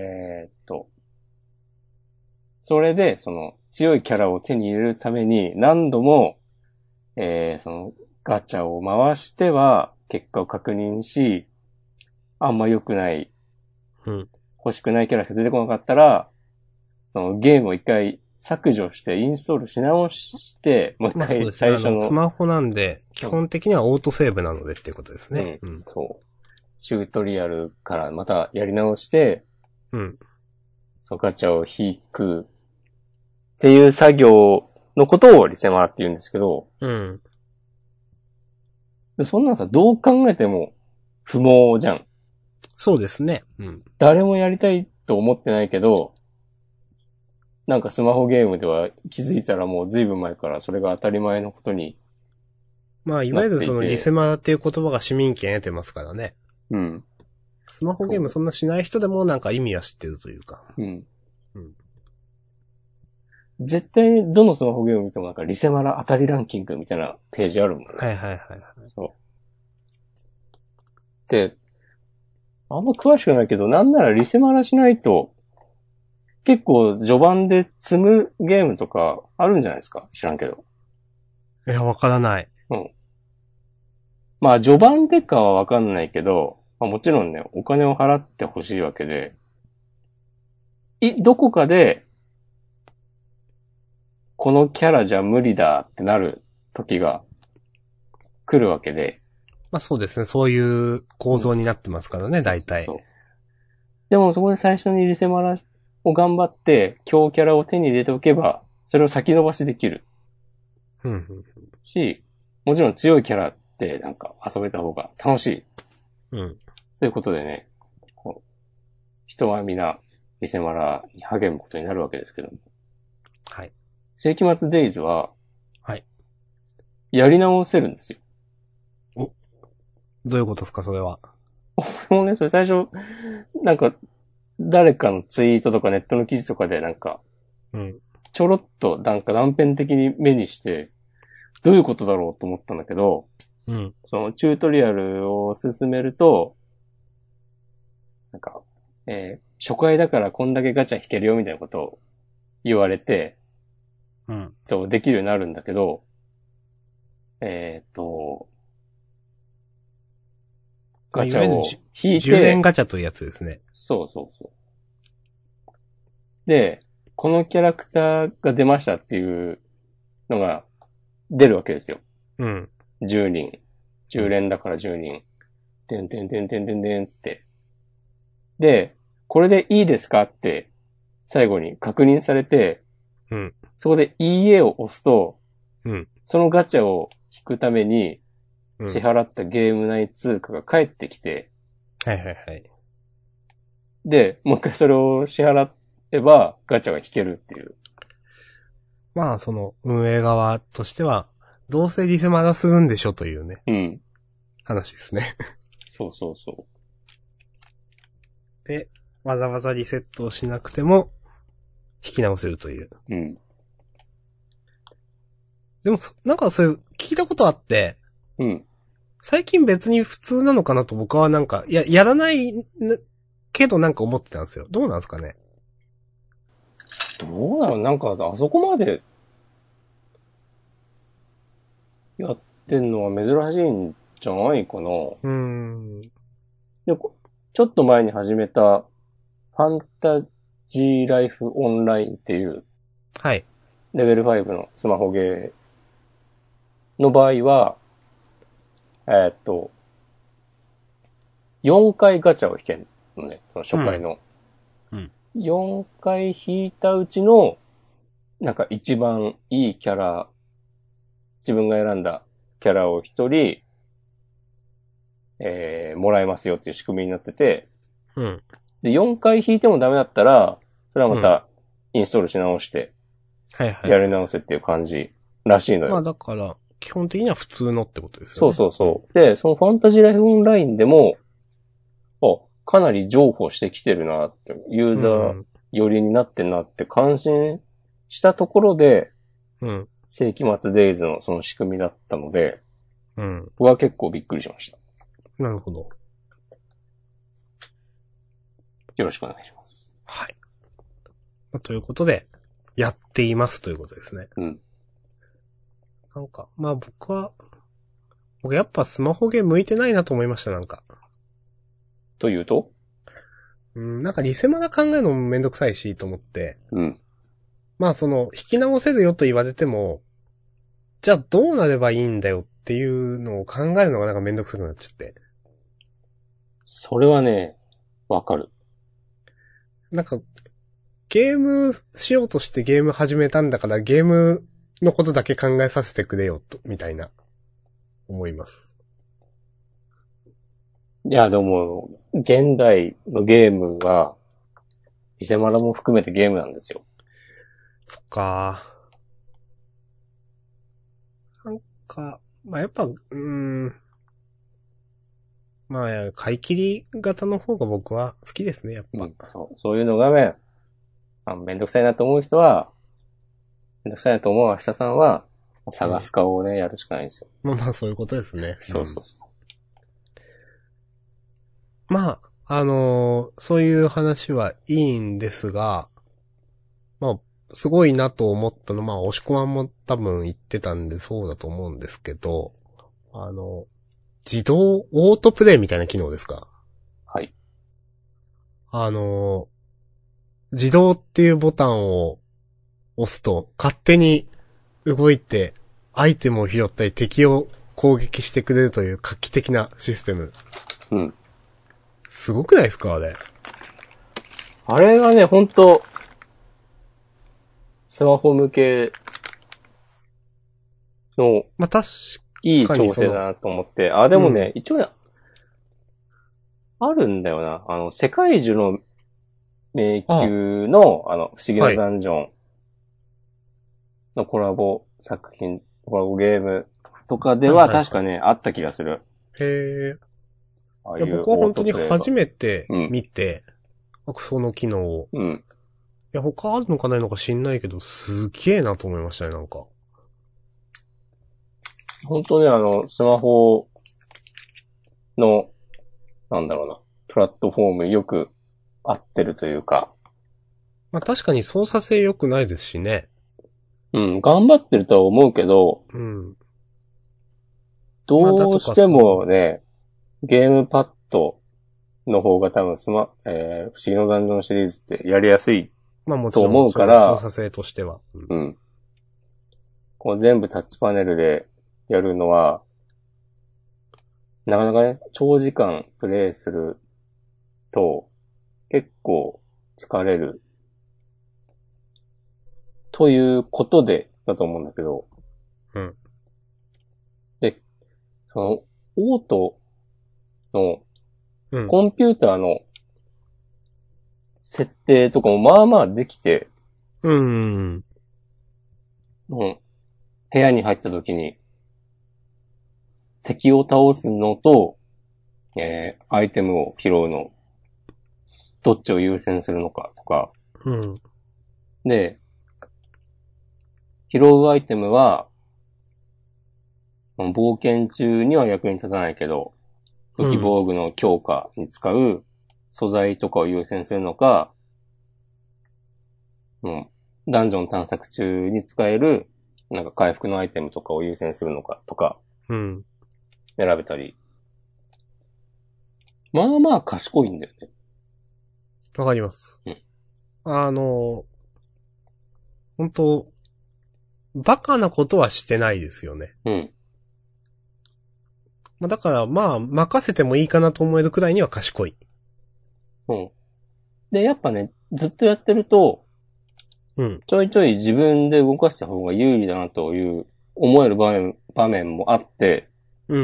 それでその強いキャラを手に入れるために何度も、そのガチャを回しては結果を確認し、あんま良くない、欲しくないキャラしか出てこなかったら、そのゲームを一回削除してインストールし直して、もう一回最初の。 スマホなんで、基本的にはオートセーブなのでっていうことですね。 そう。チュートリアルからまたやり直して、そのガチャを引くっていう作業のことをリセマラって言うんですけど、そんなんさ、どう考えても不毛じゃん。 そうですね。 誰もやりたいと思ってないけど、なんかスマホゲームでは気づいたらもう随分前からそれが当たり前のことに。 まあ、いわゆるそのリセマラっていう言葉が市民権得てますからね。スマホゲームそんなしない人でもなんか意味は知ってるというか。 絶対どのスマホゲーム見てもなんかリセマラ当たりランキングみたいなページあるもんね。そう。で、あんま詳しくないけど、なんならリセマラしないと、結構序盤で積むゲームとかあるんじゃないですか？知らんけど。 いや、わからない。 まあ序盤でかはわかんないけど、まあ、もちろんね、お金を払ってほしいわけで、 どこかで、このキャラじゃ無理だってなる時が来るわけで。 まあそうですね。そういう構造になってますからね、大体。 そう。でもそこで最初にリセマラを頑張って強キャラを手に入れておけば、それを先延ばしできる。 うんうんし、もちろん強いキャラってなんか遊べた方が楽しい。 うん。 ということでね、人は皆リセマラに励むことになるわけですけども。 はい。 世紀末デイズは、 はい。 やり直せるんですよ。 どういうことですか、それは。 もうね、それ最初、なんか、誰かのツイートとかネットの記事とかでなんか、 うん。 ちょろっとなんか断片的に目にして、どういうことだろうと思ったんだけど、 うん。 そのチュートリアルを進めると、なんか、初回だからこんだけガチャ引けるよみたいなことを言われて、 うん。 そう、できるようになるんだけど、えっと、ガチャを引い 10連て、 ガチャというやつですね。 そうそうそう。で、このキャラクターが出ましたっていうのが出るわけですよ。 うん。 10人。10連だから10人。てんてんてんてんてんてんつって。で、これでいいですかって最後に確認されて、 うん。 そこでいいえを押すと、 うん。 そのガチャを引くためにうん。 支払ったゲーム内通貨が返ってきて、 はいはいはい。 で、もう一回それを支払えばガチャが引けるっていう。 まあ、その、運営側としては、どうせリセマラするんでしょというね、 うん。 話ですね。 そうそうそで、わざわざリセットをしなくても、引き直せるという。 う。うん。 でも、なんかそれ、聞いたことあって、 うん。 最近別に普通なのかなと僕はなんか、やらないけどなんか思ってたんですよ。どうなんですかね。 どうだろうなんか、あそこまでやってんのは珍しいんじゃないかな。で、ちょっと前に始めた、ファンタジーライフオンラインっていう、 はい。 レベル5のスマホゲーの場合は、4回ガチャを引けんのね、その初回の。 うん 4回引いたうちの、なんか一番いいキャラ、自分が選んだキャラを一人、もらえますよっていう仕組みになってて、 うん。 で、4回引いてもダメだったら、それはまたインストールし直して、 はいはい。 やり直せっていう感じらしいのよ。 まあだから、基本的には普通のってことですよね。 そうそうそう。で、そのファンタジーライフオンラインでも、かなり譲歩してきてるなって、ユーザー寄りになってんなって感心したところで、 うん。 世紀末デイズのその仕組みだったので、 うん。 僕は結構びっくりしました。 なるほど。 よろしくお願いします。 はい。ということで、やっていますということですね。 うん。 なんか、まあ僕やっぱスマホゲーム向いてないなと思いました、なんか。 というとなんかリセマラ考えるのもめんどくさいしと思って。 うん。 まあその、引き直せるよと言われても、じゃあどうなればいいんだよっていうのを考えるのがなんかめんどくさくなっちゃって。 それはね、わかる。 なんか、ゲームしようとしてゲーム始めたんだからゲームのことだけ考えさせてくれよと、みたいな、思います。 いや、でも、現代のゲームは、リセマラも含めてゲームなんですよ。 そっか。なんか、まあやっぱ、まあ、買い切り型の方が僕は好きですね、やっぱ。 そういうのがね、めんどくさいなと思う人は、めんどくさいなと思う明日さんは、探す顔をね、やるしかないんですよ。 まあまあ、そういうことですね。 そうそうそう。 まあ、そういう話はいいんですが、まあ、すごいなと思ったの、まあ、押し込まんも多分言ってたんでそうだと思うんですけど、自動オートプレイみたいな機能ですか？ はい。 自動っていうボタンを押すと、勝手に動いて、アイテムを拾ったり敵を攻撃してくれるという画期的なシステム。 うん。 すごくないですかあれ。 あれがね、ほんと、スマホ向けの、 まあ、確いい調整だなと思って。あ、でもね、一応ね、あるんだよな。世界樹の迷宮の、不思議なダンジョンのコラボ作品、コラボゲームとかでは確かね、あった気がする。 へああえ。いや、僕は本当に初めて見て、その機能を。 うん。 いや、他あるのかないのか知んないけど、すげえなと思いましたね、なんか。 本当にスマホの、なんだろうな、プラットフォームよく合ってるというか。 まあ確かに操作性良くないですしね。 うん、頑張ってるとは思うけど、 うん。 どうしてもね、ゲームパッドの方が多分不思議のダンジョンシリーズってやりやすいまあもちとろん思うから、 操作性としては。 うん。こう全部タッチパネルでやるのは、なかなかね、長時間プレイすると結構疲れるということでだと思うんだけど、 うん。 で、そのオートのうん。 コンピューターの設定とかもまあまあできて、 うん。 部屋に入った時に敵を倒すのと、アイテムを拾うの、どっちを優先するのかとか。 うん。 で、拾うアイテムは、冒険中には役に立たないけど、武器防具の強化に使う素材とかを優先するのか、ダンジョン探索中に使える、なんか回復のアイテムとかを優先するのかとか、選べたり。まあまあ賢いんだよね。 わかります。 うん。 本当バカなことはしてないですよね。 うん。 まあだからまあ任せてもいいかなと思えるくらいには賢い。 うん。で、やっぱね、ずっとやってると、 うん。 ちょいちょい自分で動かした方が有利だなという思える場面もあって、 うん。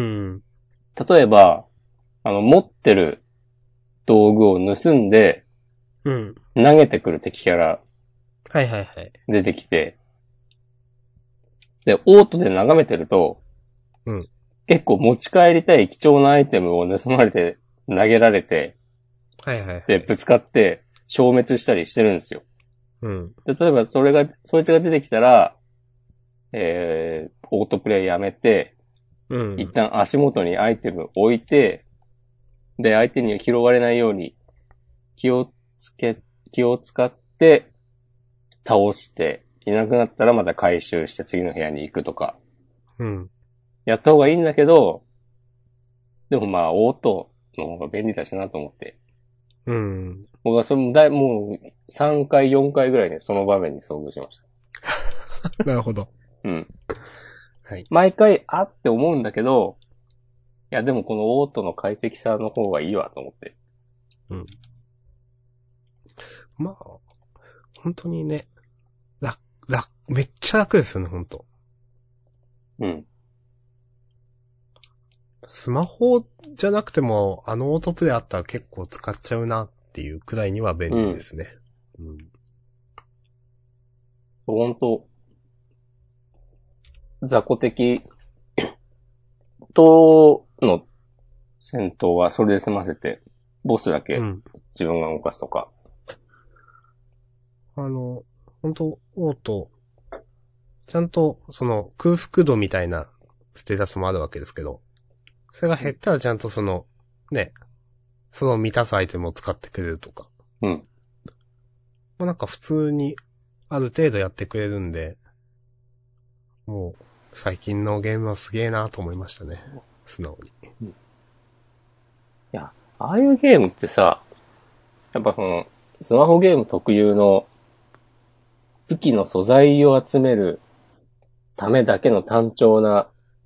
例えば、持ってる道具を盗んで、 うん。 投げてくる敵キャラはいはいはい。 出てきて、で、オートで眺めてると、 うん。 結構持ち帰りたい貴重なアイテムを盗まれて、投げられて、 はいはいはい。 で、ぶつかって消滅したりしてるんですよ。 うん。 で例えばそいつが出てきたら、オートプレイやめて、 うん。 一旦足元にアイテム置いて、で、相手に拾われないように気を使って倒して、いなくなったらまた回収して次の部屋に行くとか、 うん。 やった方がいいんだけど、でもまあ、オートの方が便利だしなと思って。 うん。 僕はもう3回、4回ぐらいでその場面に遭遇しました。 なるほど。 うん。 はい。 毎回、あって思うんだけど、いやでもこのオートの快適さの方がいいわと思って。 うん。まあ、本当にね、めっちゃ楽ですよね、本当。 うん。 スマホじゃなくても、オートプレイあったら結構使っちゃうなっていうくらいには便利ですね。うん。 本当雑魚敵との戦闘はそれで済ませて、ボスだけ自分が動かすとか。 本当オート、ちゃんと、空腹度みたいなステータスもあるわけですけど、それが減ったらちゃんとね、その満たすアイテムを使ってくれるとか。 うん。 まあなんか普通に、ある程度やってくれるんで、もう、最近のゲームはすげえなと思いましたね。素直に。 いや、ああいうゲームってさ、やっぱスマホゲーム特有の武器の素材を集めるためだけの単調な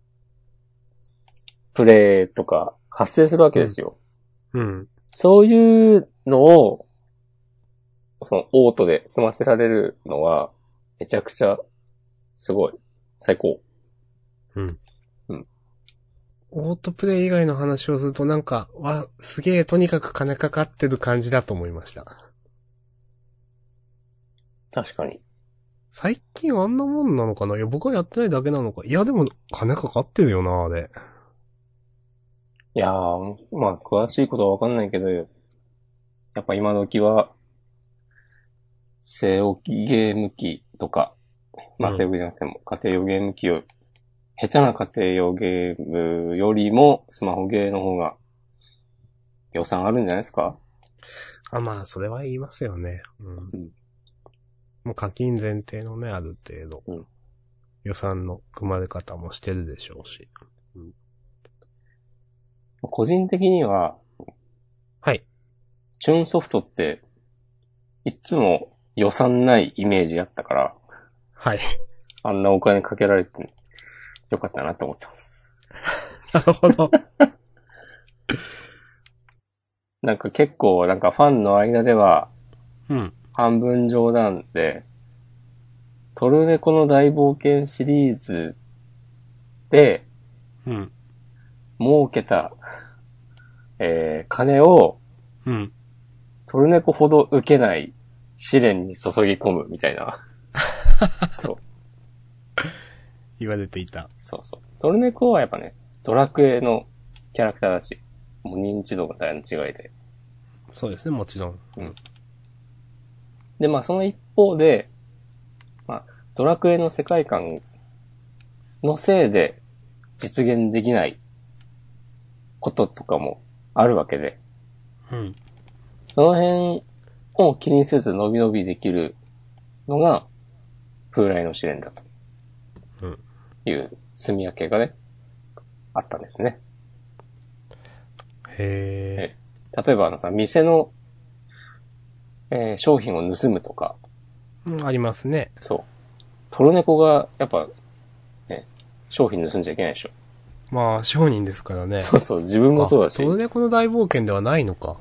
プレイとか発生するわけですよ。 うん。 そういうのを、そのオートで済ませられるのは、めちゃくちゃすごい。最高。 うん。 うん。 オートプレイ以外の話をするとなんか、すげえとにかく金かかってる感じだと思いました。 確かに。 最近あんなもんなのかな。いや、僕はやってないだけなのか。いや、でも、金かかってるよな、あれ。 いやー、まあ、詳しいことはわかんないけど、やっぱ今時は、据え置きゲーム機とか、まあ、据え置きじゃなくても、家庭用ゲーム機を、下手な家庭用ゲームよりも、スマホゲーの方が、予算あるんじゃないですか？ まあ、それは言いますよね。うん。 うん。 もう課金前提のね、ある程度。 うん。 予算の組まれ方もしてるでしょうし。うん、 個人的には、 はい。 チューンソフトって、いつも予算ないイメージだったから、 はい。 あんなお金かけられてよかったなと思ってます。 なるほど。 なんか結構なんかファンの間では、 うん。 半分冗談で、トルネコの大冒険シリーズで、 うん。 儲けた、金を、 うん。 トルネコほど受けない試練に注ぎ込むみたいな。そう。 言われていた。 そうそう。トルネコはやっぱね、ドラクエのキャラクターだし、もう認知度が大の違いで。 そうですね、もちろん。 うん。で、まあその一方で、まあ、ドラクエの世界観のせいで実現できないこととかもあるわけで、 うん。 その辺を気にせず伸び伸びできるのが風来の試練だという住み分けがね、あったんですね。 へ例えば店の、商品を盗むとか、 ー。うん、ありますね。 そう。トルネコがやっぱ、ね、商品盗んじゃいけないでしょ。 まあ、商人ですからね。 そうそう、自分もそうだし。 トルネコの大冒険ではないのか。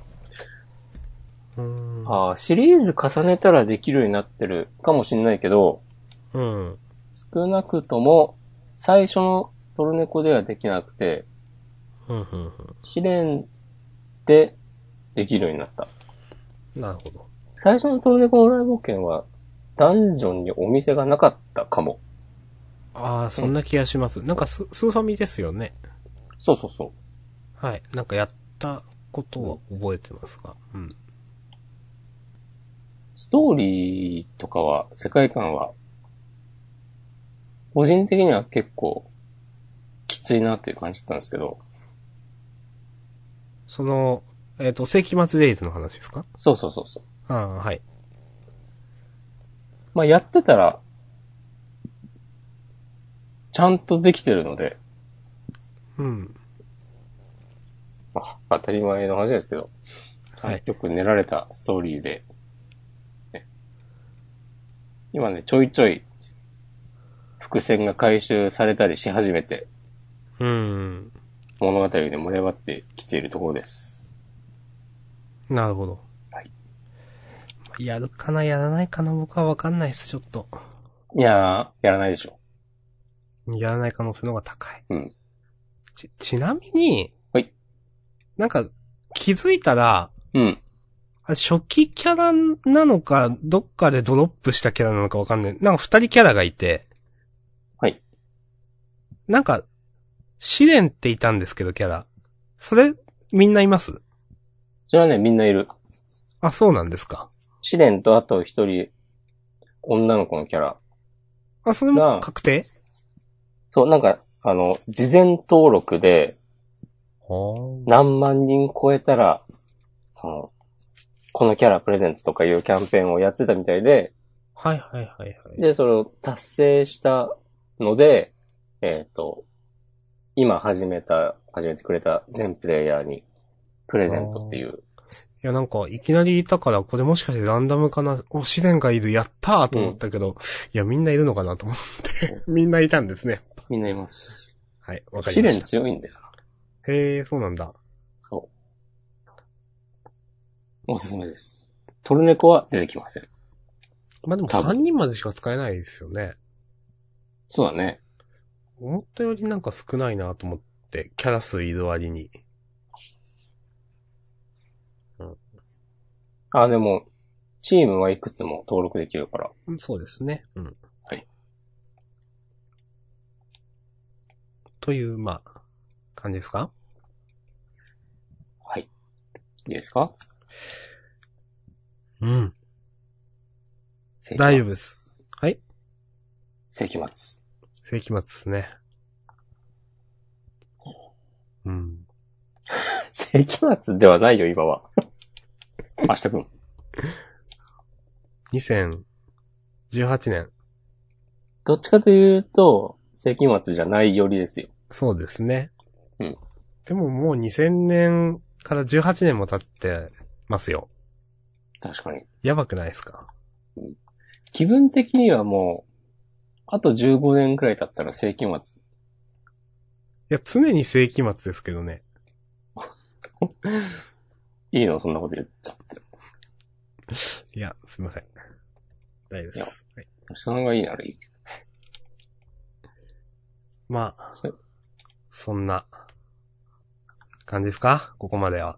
シリーズ重ねたらできるようになってるかもしれないけど、 うん。 少なくとも最初のトルネコではできなくて、 うん、うん、 試練でできるようになった。 なるほど。 最初のトルネコの大冒険はダンジョンにお店がなかったかも。 そんな気がします。なんかスーファミですよね。 そうそうそう。 はい。なんかやったことは覚えてますが。うん。 ストーリーとかは、世界観は、個人的には結構きついなっていう感じだったんですけど。 その、世紀末デイズの話ですか？ そうそうそうそう。 はい。 まあやってたら、ちゃんとできてるので、 うん。 当たり前の話ですけど、 はい。 よく練られたストーリーで、ね、今ね、ちょいちょい伏線が回収されたりし始めて、 うん。 物語で盛り上がってきているところです。 なるほど。 はい。 やるかな、やらないかな、僕はわかんないです、ちょっと。 いやー、やらないでしょ。 やらない可能性の方が高い。 うん。 ちなみに、 はい。 なんか、気づいたら、 うん。 初期キャラなのか、どっかでドロップしたキャラなのかわかんない。なんか二人キャラがいて、 はい。 なんか、試練っていたんですけど、キャラ。それ、みんないます？ それはね、みんないる。 そうなんですか。 試練とあと一人、女の子のキャラそれも確定？ そう、なんか、事前登録で、 は何万人超えたら、このキャラプレゼントとかいうキャンペーンをやってたみたいで、 はいはいはいはい。 で、それを達成したので、今始めてくれた全プレイヤーにプレゼントっていう。 やなんか、いきなりいたから、これもしかしてランダムかな、お、試練がいる、やったーと思ったけど、いやみんないるのかなと思って、みんないたんですね。 みんないます。 はい、わかり試練ました。 強いんだよな。 へー、そうなんだ。 そう。おすすめです。トルネコは出てきません。 まあでも3人までしか使えないですよね。 そうだね。 思ったよりなんか少ないなと思って、キャラ数いる割に。 あ、でも、チームはいくつも登録できるから。 そうですね。うん。 はい。 という、まあ、感じですか？ はい。いいですか？ うん。 世紀末。 大丈夫です。はい。 世紀末。 世紀末ですね。うん。 世紀末ではないよ、今は。明日くん。 2018年。 どっちかというと、世紀末じゃないよりですよ。 そうですね。 うん。 でももう2000年から18年も経ってますよ。 確かに。 やばくないですか？ 気分的にはもう、あと15年くらい経ったら世紀末。 いや、常に世紀末ですけどね。 いいのそんなこと言っちゃって。 いや、すいません。大丈夫です。はい、 その方がいいならいいけまあ、 ど。 そんな感じですか？ここまでは。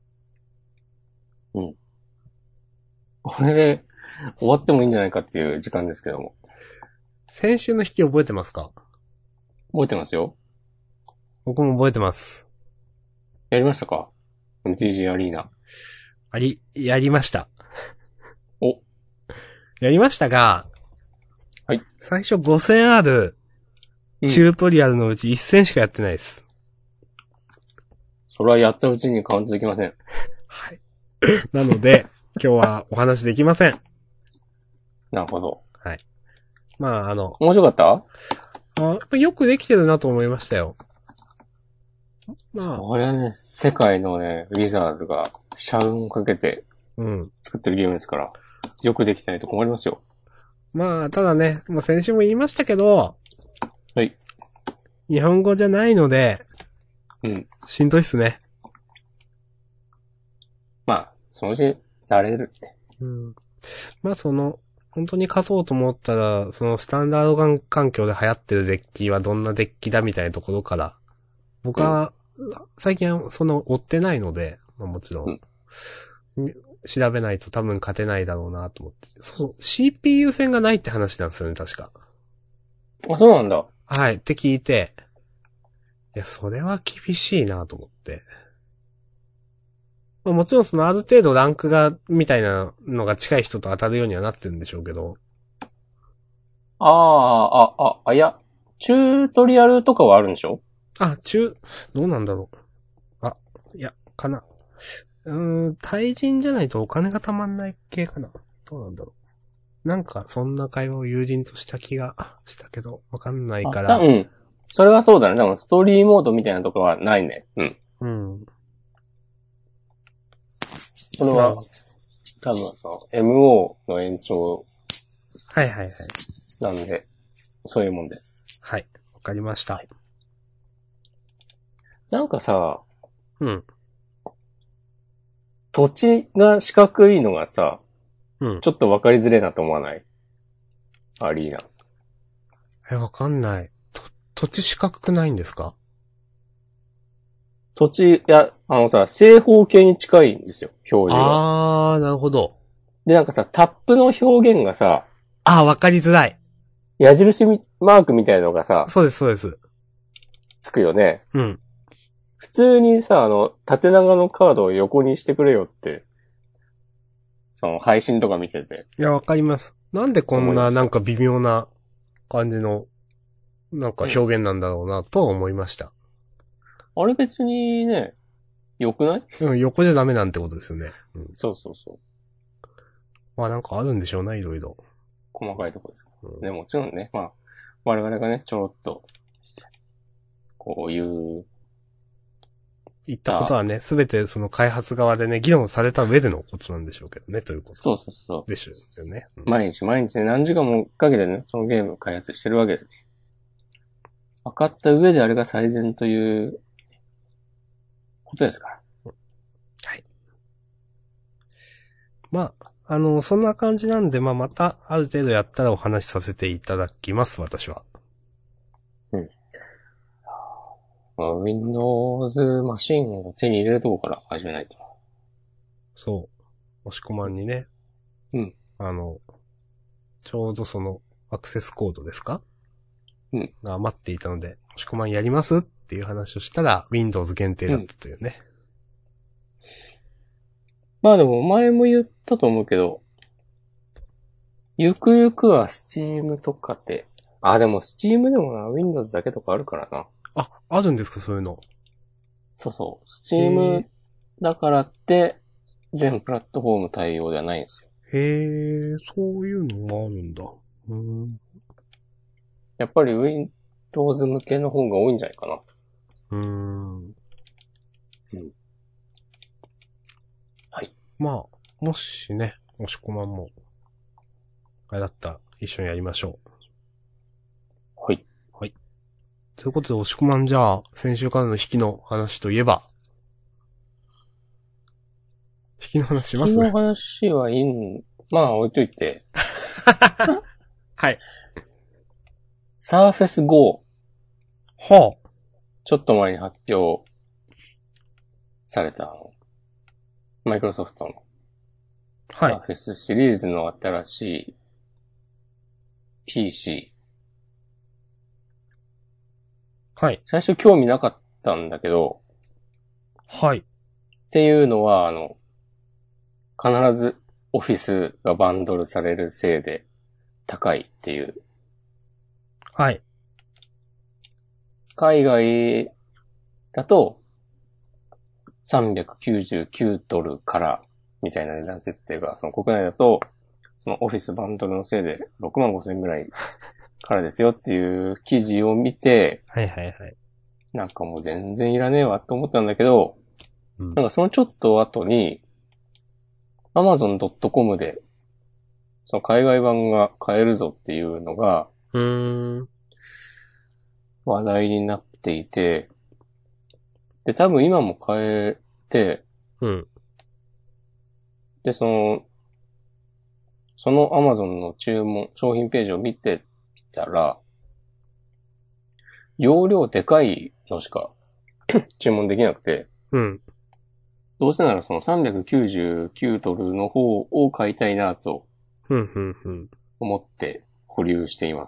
うん。これで終わってもいいんじゃないかっていう時間ですけども。 先週の引き覚えてますか？ 覚えてますよ。 僕も覚えてます。 やりましたか？ MTG アリーナ。 やりました。 お。 やりましたが、 はい。 最初5000あるチュートリアルのうち1000しかやってないです。 それはやったうちにカウントできません。 はい。なので、今日はお話できません。 なるほど。 はい。まあ、 面白かったよくできてるなと思いましたよ。まあ、 これはね、世界のね、ウィザーズが社運をかけてうん。 作ってるゲームですから、よくできてないと困りますよ。 まあ、ただね、まあ先週も言いましたけど、 はい。 日本語じゃないので、 うん。 しんどいっすね。 まあ、そのうち慣れるって。 うん。まあ本当に勝とうと思ったら、そのスタンダード環境で流行ってるデッキはどんなデッキだみたいなところから、僕は、最近は追ってないので、まあもちろん、調べないと多分勝てないだろうなと思って。そう、CPU 戦がないって話なんですよね、確か。 あ、そうなんだ。 はい、って聞いて、いや、それは厳しいなと思って。まあ、もちろんある程度ランクが、みたいなのが近い人と当たるようにはなってるんでしょうけど。 いや、チュートリアルとかはあるんでしょ？ どうなんだろう。いや、かな。対人じゃないとお金が貯まんない系かな。どうなんだろう。なんか、そんな会話を友人とした気がしたけど、わかんないから。 うん。それはそうだね。でも、ストーリーモードみたいなとこはないね。うん。 うん。 これは、多分MO の延長はいはいはい。 なんで、そういうもんです。 はい。わかりました。 なんかさ、 うん。 土地が四角いのがさ、 うん。 ちょっとわかりづれえなと思わない？アリーナ。 わかんない。土地四角くないんですか？ 土地、いや、正方形に近いんですよ、表示が。 なるほど。 で、なんかさ、タップの表現がさ、 わかりづらい。 矢印マークみたいなのがさ、 そうです、そうです。 つくよね。 うん。 普通にさ、縦長のカードを横にしてくれよって、配信とか見てて。 いや、わかります。なんでこんななんか微妙な感じの、なんか表現なんだろうなとは思いました。 あれ別にね、良くない？ 横じゃダメなんてことですよね。うん。 そうそうそう。 まあなんかあるんでしょうね、いろいろ。 細かいとこですから。でもちろんね、まあ、我々がね、ちょろっと、こういう、 言ったことはね、すべてその開発側でね、議論された上でのことなんでしょうけどね、ということ。 そうそうそう。 でしょうよね。 毎日ね、何時間もかけてね、そのゲームを開発してるわけでね。分かった上であれが最善ということですから。 はい。まあ、そんな感じなんで、まあ、また、ある程度やったらお話しさせていただきます、私は。 Windows マシンを手に入れるとこから始めないと。 そう。押し込まんにね。 うん。 ちょうどその、アクセスコードですかが余っていたので、押し込まんやりますっていう話をしたら、Windows 限定だったというね。 まあでも前も言ったと思うけど、ゆくゆくは Steam とかで、でも Steam でもな、Windows だけとかあるからな。 あるんですか、そういうの。 そうそう。Steam だからって、全プラットフォーム対応ではないんですよ。 へえ、そういうのがあるんだ。 やっぱり Windows 向けの方が多いんじゃないかな。はい。 まあ、もしね、押し込まんも、あれだったら一緒にやりましょう。 はい。 はい。ということで、押し込まんじゃあ、先週からの引きの話といえば、引きの話します？ 引きの話まあ置いといて。 はい。 Surface Go。 はあ。 ちょっと前に発表されたマイクロソフトのはい。 Surface シリーズの新しい PC。 はい。 最初興味なかったんだけど、 はい。 っていうのは、必ずオフィスがバンドルされるせいで高いっていう。 はい。 海外だと399ドルからみたいな値段設定が、その国内だと、そのオフィスバンドルのせいで6万5千円ぐらいからですよっていう記事を見て、 はいはいはい。 なんかもう全然いらねえわと思ったんだけど、 なんかそのちょっと後に、Amazon.com で、その海外版が買えるぞっていうのが、話題になっていて、で、多分今も買えて、で、その Amazon の商品ページを見てたら、容量でかいのしか注文できなくて、どうせならその399ドルの方を買いたいなと思って保留しています。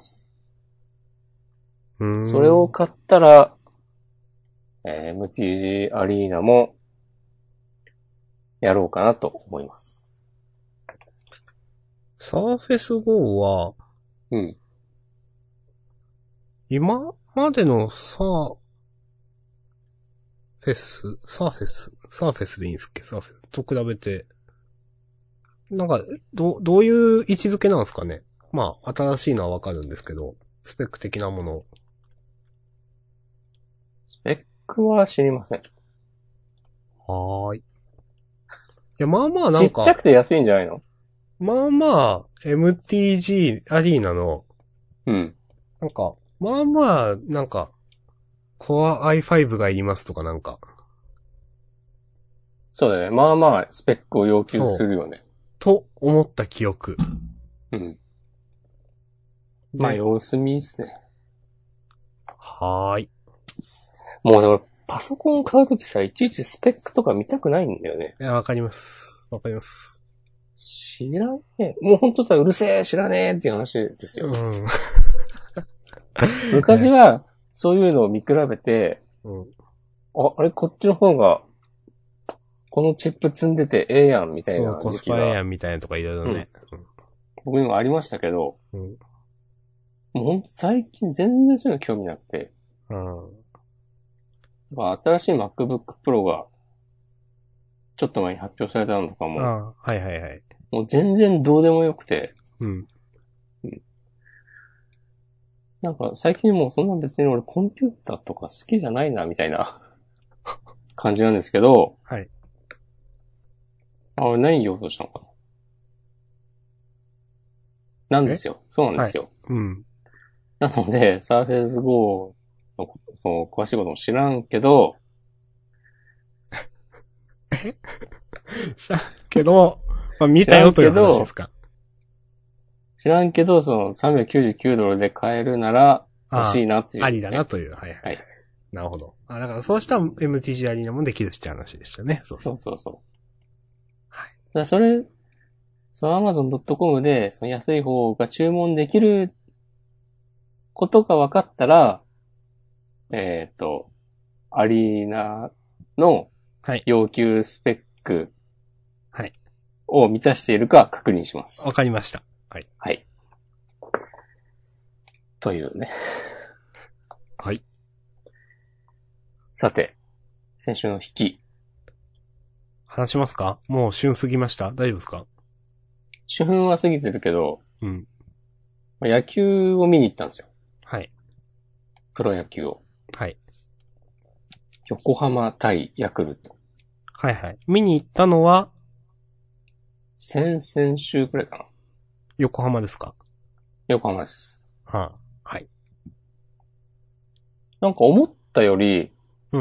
それを買ったら、MTG アリーナもやろうかなと思います。 サーフェス GO は、今までのサーフェスでいいんですっけ？サーフェスと比べて、なんか、どういう位置づけなんですかね？まあ、新しいのはわかるんですけど、スペック的なもの。 スペックは知りません。 はーい。いや、まあまあなんか。 ちっちゃくて安いんじゃないの？ まあまあ、MTG アリーナの、なんか、まあまあ、なんか、Core i5 がいりますとかなんか。 そうだね。まあまあ、スペックを要求するよね。 と思った記憶。 まあ、様子見ですね。 はーい。 もうでも、パソコン買うときさ、いちいちスペックとか見たくないんだよね。 いや、わかります。わかります。 知らねえ。もうほんとさ、うるせえ、知らねえっていう話ですよ。昔は、そういうのを見比べて、あれこっちの方が、このチップ積んでてええやんみたいな時期が。 コスパええやんみたいなとかいろいろね。 僕にもありましたけど、もうほんと最近全然そういうの興味なくて。新しい MacBook Pro が、ちょっと前に発表されたのとかも、 はいはいはい。 もう全然どうでもよくて、なんか最近もうそんな別に俺コンピューターとか好きじゃないなみたいな感じなんですけど、 はい。 あれ何言おうとしたのかな。なんですよ。そうなんですよ。 うん。 なので、サーフェイス GO の、その、詳しいことも知らんけど、 けど、まあ、見知らんたよというけど、 話ですか。 その399ドルで買えるなら欲しあいなっていあ、あう、 りだなという。はいはいはい。 はい。 なるほど。あ、だからそうしたら MTG アリーナもできるしって話でしたね。そうそう。 そうそうそう。 はい。 だからその Amazon.com で、その安い方が注文できることが分かったら、えっ、と、アリーナのはい。 要求スペックはい。 を満たしているか確認しまわす。 かりました。はい。 はい。というね。 はい。 さて、先週の引き。 話しますか？もう旬過ぎました？大丈夫ですか？ 主憤は過ぎてるけど、 うん。 野球を見に行ったんですよ。 はい。 プロ野球を。 はい。 横浜対ヤクルト。 はいはい。見に行ったのは、 先々週くらいかな。 横浜ですか？ 横浜です。 はあ、はい。 なんか思ったより、 うん。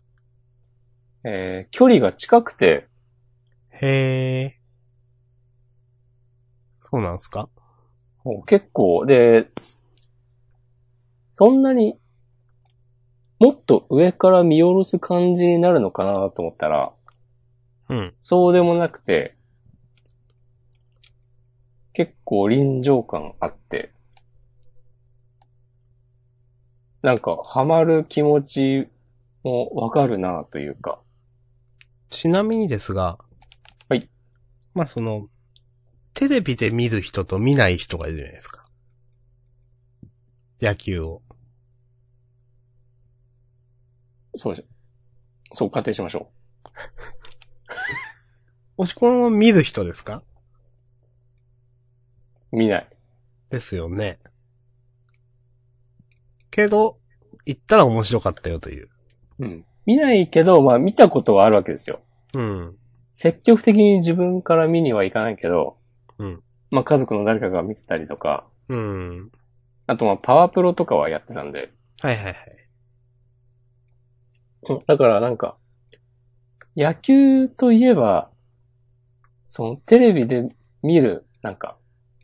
距離が近くて、 へえ。そうなんすか？ 結構、で、そんなにもっと上から見下ろす感じになるのかなと思ったら、 うん。 そうでもなくて、結構臨場感あって、なんかハマる気持ちもわかるなというか。 ちなみにですが、 はい。 まあ、テレビで見る人と見ない人がいるじゃないですか。野球を。 そうでしょ。そう仮定しましょ押し込み見る人ですか？ う。見ない。 ですよね。けど、行ったら面白かったよという。 うん。見ないけど、まあ見たことはあるわけですよ。 うん。 積極的に自分から見にはいかないけど、 うん。 まあ家族の誰かが見てたりとか、 うん。 あとまあパワープロとかはやってたんで、 はいはいはい。 だからなんか、野球といえば、そのテレビで見る、なんか、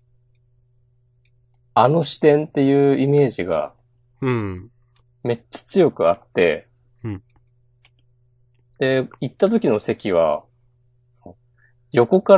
あの視点っていうイメージがうん。 めっちゃ強くあって、 うん。 で、行った時の席は、横から、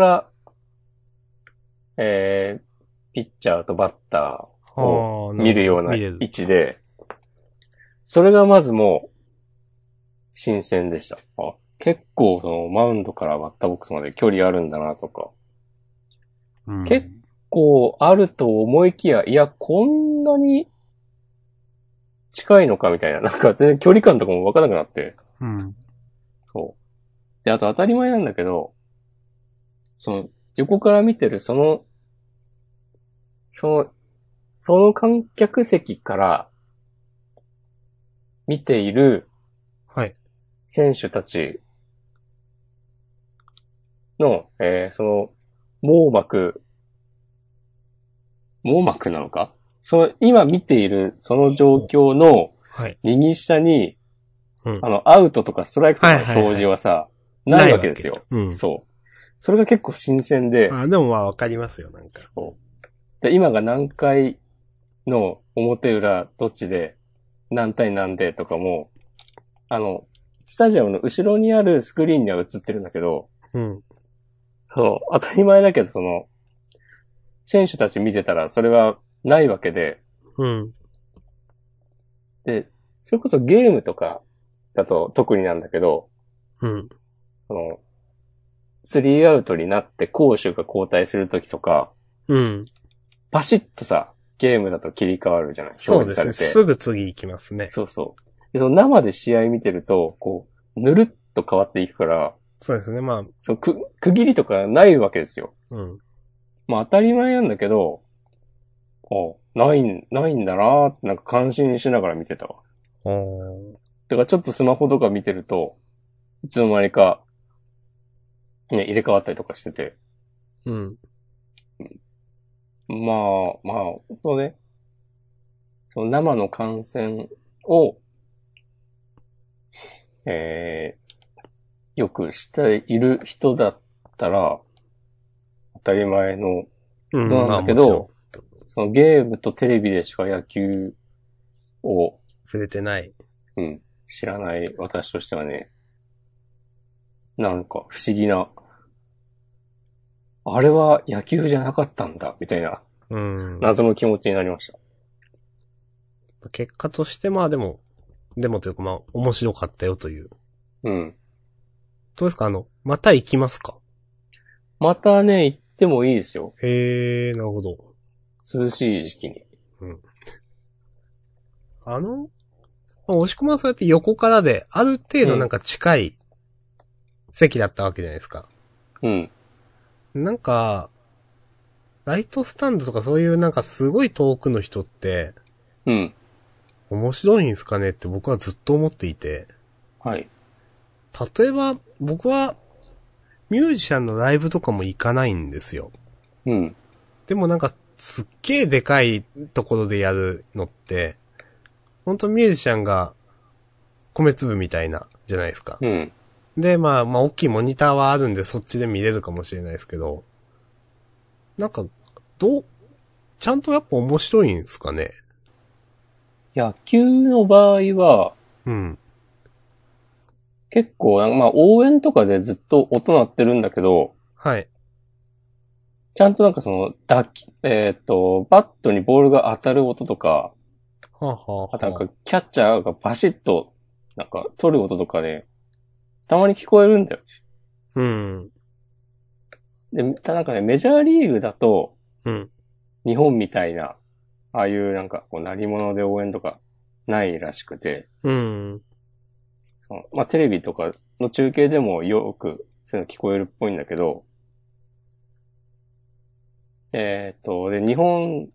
ピッチャーとバッターをああ、なるほど。 見るような見れる。 位置で、それがまずもう、新鮮でした。あ、結構そのマウンドからバッターボックスまで距離あるんだなとか、 う結ん。 構あると思いきや、いや、こんなに近いのかみたいな、なんか全然距離感とかもわからなくなって、 うん。 そう。で、あと当たり前なんだけど、その、横から見てるその、その観客席から見ているはい。 選手たちの、網膜、網膜なのか今見ているその状況のはい。 右下に、 うん。 アウトとかストライクとかのはいはいはい表示はさ、ないわけですよ。 うん。 そう。それが結構新鮮で、 あ、でもまあわかりますよ、なんか。 そうで今が何回の表裏どっちで何対何でとかも、スタジアムの後ろにあるスクリーンには映ってるんだけど、 うん。 そう、当たり前だけど選手たち見てたらそれはないわけで、 うん。 で、それこそゲームとかだと特になんだけど、 うん。 その、スリーアウトになって攻守が交代するときとか、 うん。 パシッとさ、ゲームだと切り替わるじゃないそうですね。 表示されて。 すぐ次行きますね。 そうそう。で、その生で試合見てると、こう、ぬるっと変わっていくから、 そうですね。まあ、 区切りとかないわけですよ。 うん。 まあ当たり前なんだけど、ないんだなーってなんか感心しながら見てたわ。 おー。 だからちょっとスマホとか見てると、 いつの間にか、ね、入れ替わったりとかしてて。 うん。 まあ、本当ね、その生の観戦を、えよくしている人だったら、当たり前のうん、 ことなんまあもちろん。 だけど、そのゲームとテレビでしか野球を、 触れてない。 うん、知らない私としてはね、なんか不思議な、あれは野球じゃなかったんだ、みたいなうん。 謎の気持ちになりました。 結果としてまあでもというかまあ面白かったよという。 うん。 どうですかまた行きますか？ またね、行ってもいいですよ。 へえ、なるほど。 涼しい時期に。 うん。押し込まはそうやって横からで、ある程度なんか近い席だったわけじゃないですか。 うん。 なんか、ライトスタンドとかそういうなんかすごい遠くの人って、 うん。 面白いんすかねって僕はずっと思っていて。 はい。 例えば、僕はミュージシャンのライブとかも行かないんですよ。 うん。 でもなんか、すっげーでかいところでやるのって、本当ミュージシャンが米粒みたいな、じゃないですか。 うん。 で、まあ、大きいモニターはあるんでそっちで見れるかもしれないですけど、なんか、ちゃんとやっぱ面白いんですかね？ 野球の場合は、 うん。 結構、応援とかでずっと音鳴ってるんだけど、 はい。 ちゃんとなんかその、バットにボールが当たる音とか、 はあ、はあとあ、はあ。 なんかキャッチャーがバシッと、なんか取る音とかね、たまに聞こえるんだよ。 うん。 で、なんかね、メジャーリーグだと、 うん。 日本みたいな、ああいうなんかこう、鳴り物で応援とかないらしくて、 うん。 テレビとかの中継でもよくそういうの聞こえるっぽいんだけど、で、日本って、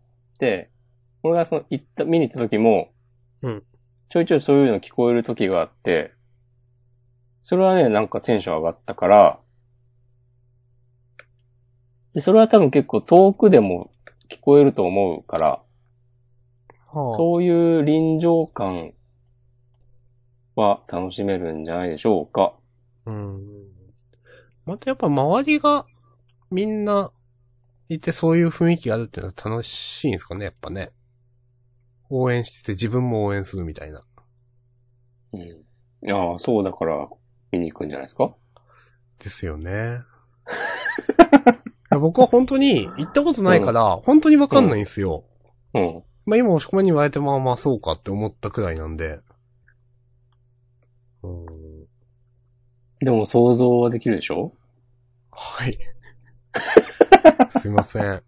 俺が見に行った時も、 うん。 ちょいちょいそういうの聞こえる時があって、それはね、なんかテンション上がったから、で、それは多分結構遠くでも聞こえると思うから、 はあ。 そういう臨場感は楽しめるんじゃないでしょうか。 うん。またやっぱ周りがみんないてそういう雰囲気があるっていうのは楽しいんですかね、やっぱね。応援してて自分も応援するみたいな。 うん。いやそうだから見に行くんじゃないですか。 ですよね。いや僕は本当に行ったことうん。 ないから、本当にわかんないんうん。 ですよ。 うん。 まあ今押し込まに言われてまあまあそうかって思ったくらいなんで。うん。 でも想像はできるでしょ？ はい。すいません。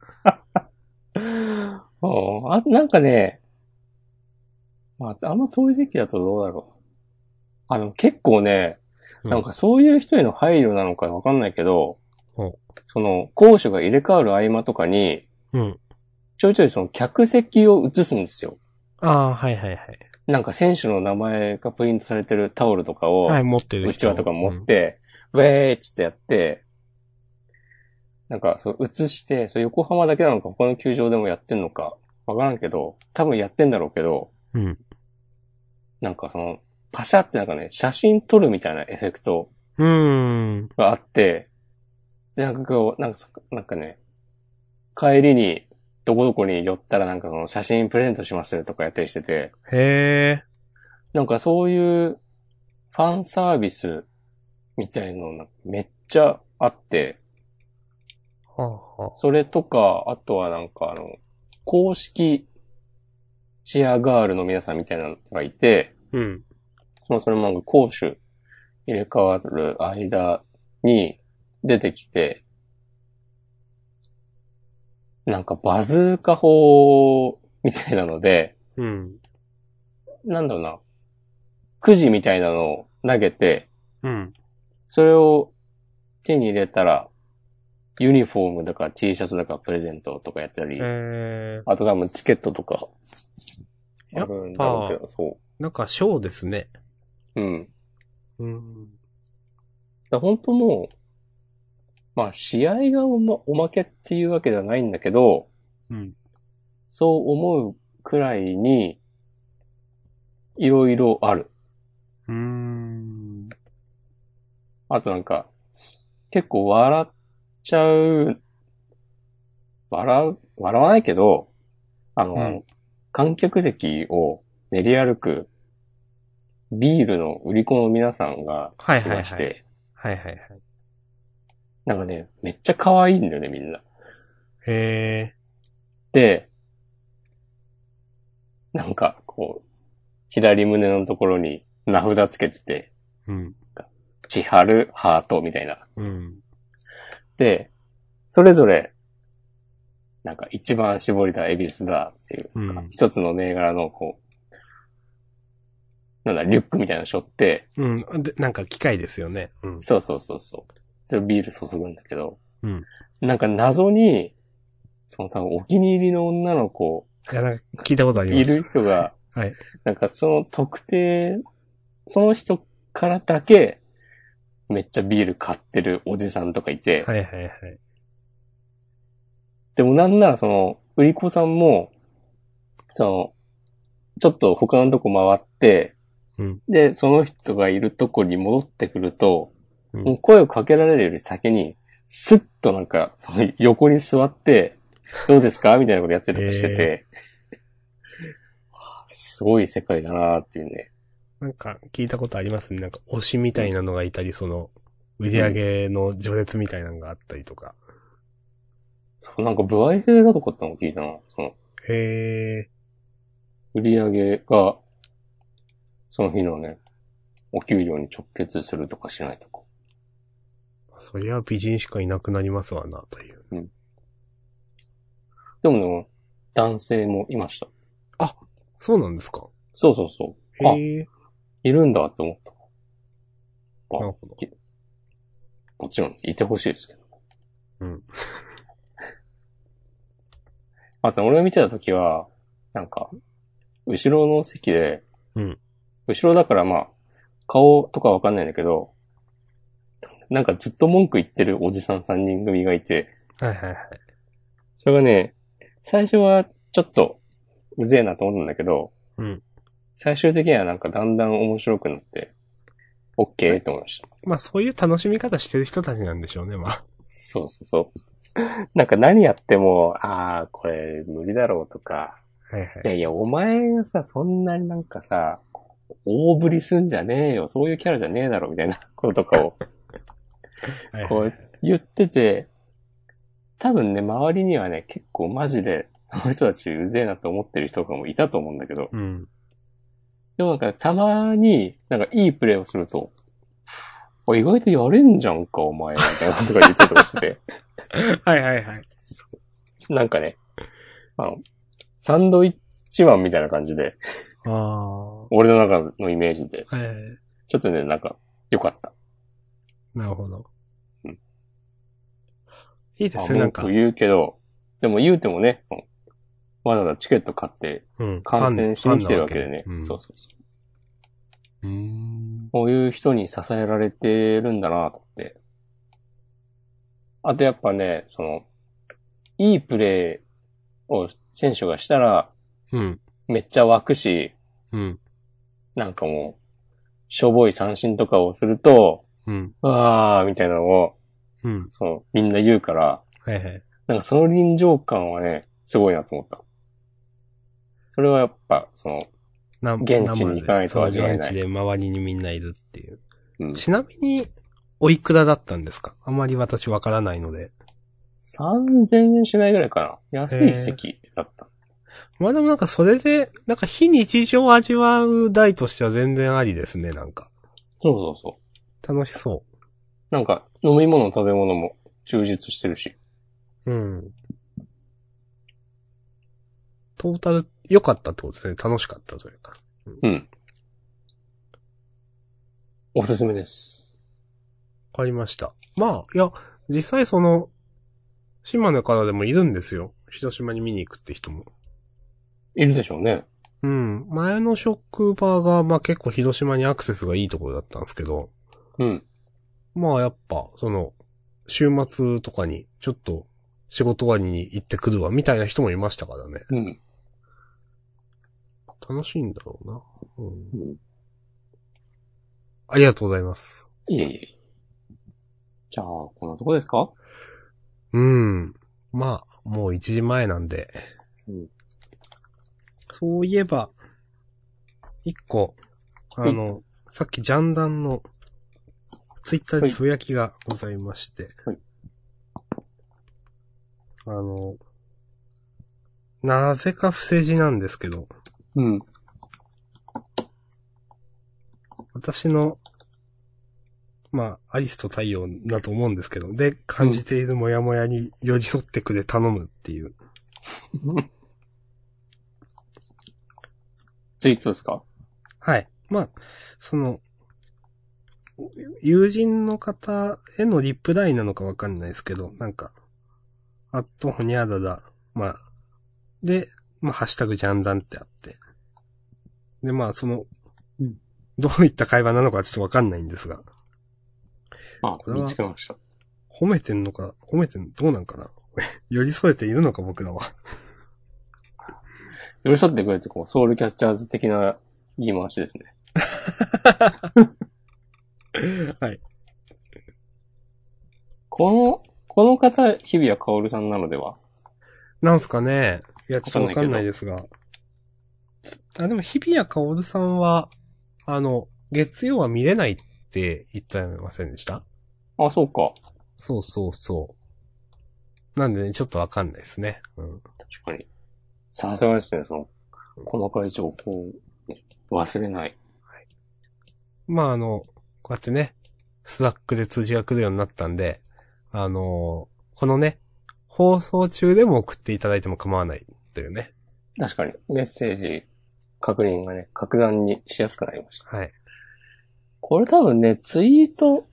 なんかね、あんま遠い時期だとどうだろう。でも結構ね、 うん。 なんかそういう人への配慮なのかわかんないけど、 ほ攻守が入れ替わる合間とかに、 う。うん。 ちょいちょい客席を映すんですよ。 ああ、はいはいはい。 なんか選手の名前がプリントされてるタオルとかを、 はい、持ってるうちわと人。 か持うん。 って、ウェーイっつってやって、なんか映して、横浜だけなのか他の球場でもやってんのかわからんけど、多分やってんだろうけど、 うん。 なんかパシャってなんかね、写真撮るみたいなエフェクトうーん。 があって、で、なんかね、帰りに、どこどこに寄ったらなんか写真プレゼントしますとかやったりしてて、 へえ。 なんかそういうファンサービスみたいのなんかめっちゃあって、 はあ、はあ。 それとか、あとはなんか公式チアガールの皆さんみたいなのがいて、 うん。 それもなんか攻守入れ替わる間に出てきて、なんかバズーカ砲みたいなので、 うん。 なんだろうな、くじみたいなのを投げて、 うん。 それを手に入れたら、ユニフォームだか T シャツだかプレゼントとかやったり、 えあと多分チケットとかやっあるんだろうけぱ、 ど、そなんかショーですね。 う。うん。 うん。 だ本当もう、まあ試合がおまけっていうわけではないんだけど、 うん。 そう思うくらいに、いろいろある。あとなんか、結構笑っちゃう、笑わないけど、 うん。 観客席を練り歩くビールの売り子の皆さんがはいいはいはい。 まして、 はいはいはい。 なんかね、めっちゃ可愛いんだよね、みんな。 へで、なんか、こう、左胸のところに名札つけてて、 ー。うん。 千春ハートみたいな。 うん。 で、それぞれ、なんか一番絞りだ、恵比寿だっていう、なんかうん。 一つの銘柄のこう、なんだ、リュックみたいなの背負って、 うん。で、なんか機械ですよね。うん。 そうそうそうそう。でビール注ぐんだけど、 うん。 なんか謎に、その多分お気に入りの女の子、 いや、なんか聞いたことありまいるす。 人が、 はい。 なんかその特定、その人からだけ、めっちゃビール買ってるおじさんとかいて、 はいはいはい。 でもなんならその、売り子さんも、その、ちょっと他のとこ回って、 うん。 で、その人がいるとこに戻ってくると、 うん。 もう声をかけられるより先に、スッとなんか、その横に座って、どうですかみたいなことやってたりとかしてて、すごい世界だなーっていうね。 なんか聞いたことありますね。なんか推しみたいうん。 なのがいたり、その、売り上うん。 げの序列みたいなのがあったりとか。 そうなんか、歩合制だとかってのを聞いたな。その、 へえ。 売り上げが、その日のね、お給料に直結するとかしないとか。 そりゃ美人しかいなくなりますわな、という。 うん。でもね、男性もいました。 あ、そうなんですか。 そうそうそう。あ、 へえ。 いるんだって思った。あ、 なるほど。 もちろん、いてほしいですけど。 うん。 あと、俺が見てた時は、なんか、後ろの席で、 うん。 後ろだからまあ、顔とかわかんないんだけど、なんかずっと文句言ってるおじさん3人組がいて、 はいはいはい。 それがね、最初はちょっとうぜえなと思ったんだけど、 うん。 最終的にはなんかだんだん面白くなって、オッケーって思いました。 まあそういう楽しみ方してる人たちなんでしょうね、まあ。 そうそうそう。なんか何やっても、ああ、これ無理だろうとか、 はいはい。 いやいや、お前がさ、そんなになんかさ、大振りすんじゃねえよ、そういうキャラじゃねえだろ、みたいなこととかを、 はいはいこう言ってて、多分ね、周りにはね、結構マジで、その人たちうぜえなと思ってる人とかもいたと思うんだけど、 うん。 でもなんかたまに、なんかいいプレーをすると、あ意外とやれんじゃんか、お前、みたいなこととか言ってたりとかしてて、 はいはいはい。 なんかね、サンドイッチマンみたいな感じで、 ああ。は俺の中のイメージで、 いはいはい。 ちょっとね、なんか、良かった。 なるほど。 うん。まあ、 いいですね、なんか。 文句言うけど、でも言うてもね、わざわざチケット買って、 うん。 観戦しに来てファンなわけで。 るわけでね。 うん。 そうそうそう。 ん。 こういう人に支えられてるんだなと思って。あとやっぱね、いいプレーを選手がしたら、 うん。 めっちゃ湧くし、 うん。 なんかもう、しょぼい三振とかをすると、 うん。 あーみたいなのを、 うん。 みんな言うから、 はいはい。 なんかその臨場感はね、すごいなと思った。それはやっぱ、現地に行かないとそう、現味わえない。 地で周りにみんないるっていう。 うん。 ちなみに、おいくらだったんですか？あまり私わからないので。 3000円しないぐらいかな。安いへえ。 席だった。 まあでもなんかそれで、なんか非日常を味わう台としては全然ありですね、なんか。 そうそうそ楽しそう。なんか、飲み物食べ物も充実してるし。 う。うん。トータル良かったってことですね。楽しかったというか。 うん。おすすめです。 わかりました。まあ、いや、実際島根からでもいるんですよ。広島に見に行くって人も。 いるでしょうね。 うん。前の職場が、まあ結構広島にアクセスがいいところだったんですけど、 うん。 まあやっぱ、週末とかに、ちょっと、仕事終わりに行ってくるわ、みたいな人もいましたからね。 うん。 楽しいんだろうな。うん。 うん。 ありがとうございます。 いえいえ。じゃあ、こんなとこですか？ うん。まあ、もう1時前なんで。 うん。 そういえば、一個、さっきジャンダンのツイッターでつぶやきがございまして。 はい。 なぜか不正字なんですけど、 うん。 私の、まあ、アリスと太陽だと思うんですけど、で、感じているモヤモヤに寄り添ってくれ頼むっていう。 ツイートですか？ はい。まあ、友人の方へのリプライなのかわかんないですけど、なんか、アットホニャララ、まあ、で、まあ、ハッシュタグジャンダンってあって。で、まあ、 うん、 どういった会話なのかちょっとわかんないんですが。 あ、 これは見つけました。 どうなんかな寄り添えているのか僕らは。 寄り添ってくれて、ソウルキャッチャーズ的な言い回しですね。 はい。 この方、日比谷薫さんなのでは？ なんすかね。いや、ちょっとわかんわかんなけど。 ないいですが。あ、でも、日比谷薫さんは、月曜は見れないって言ってませんでした？ あ、そうか。 そうそうそう。なんでね、ちょっとわかんないですね。うん。 確かに。さすがですね、細かい情報を忘れない。 まあ、こうやってね、スラックで通知が来るようになったんで、このね、放送中でも送っていただいても構わないというね。 確かに、メッセージ確認がね、格段にしやすくなりました。 はい。 これ多分ね、ツイート、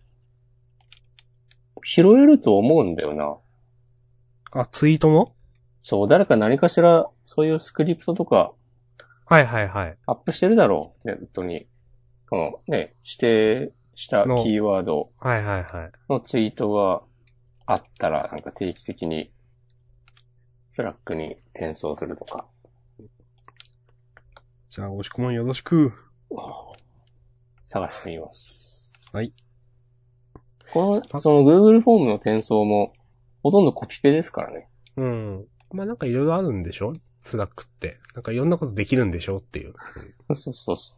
拾えると思うんだよな。 あ、ツイートも？ そう、誰か何かしら、そういうスクリプトとか、 はいはいはい。 アップしてるだろう、ネットに。このね、指定したの、 キーワードはいはいはい。 のツイートがあったら、なんか定期的に、スラックに転送するとか。 じゃあ、押し込まんよろしく。 探してみます。 はい。 その Google フォームの転送も、ほとんどコピペですからね。 うん。まあなんかいろいろあるんでしょスラックって。なんかいろんなことできるんでしょっていう。 そうそうそう。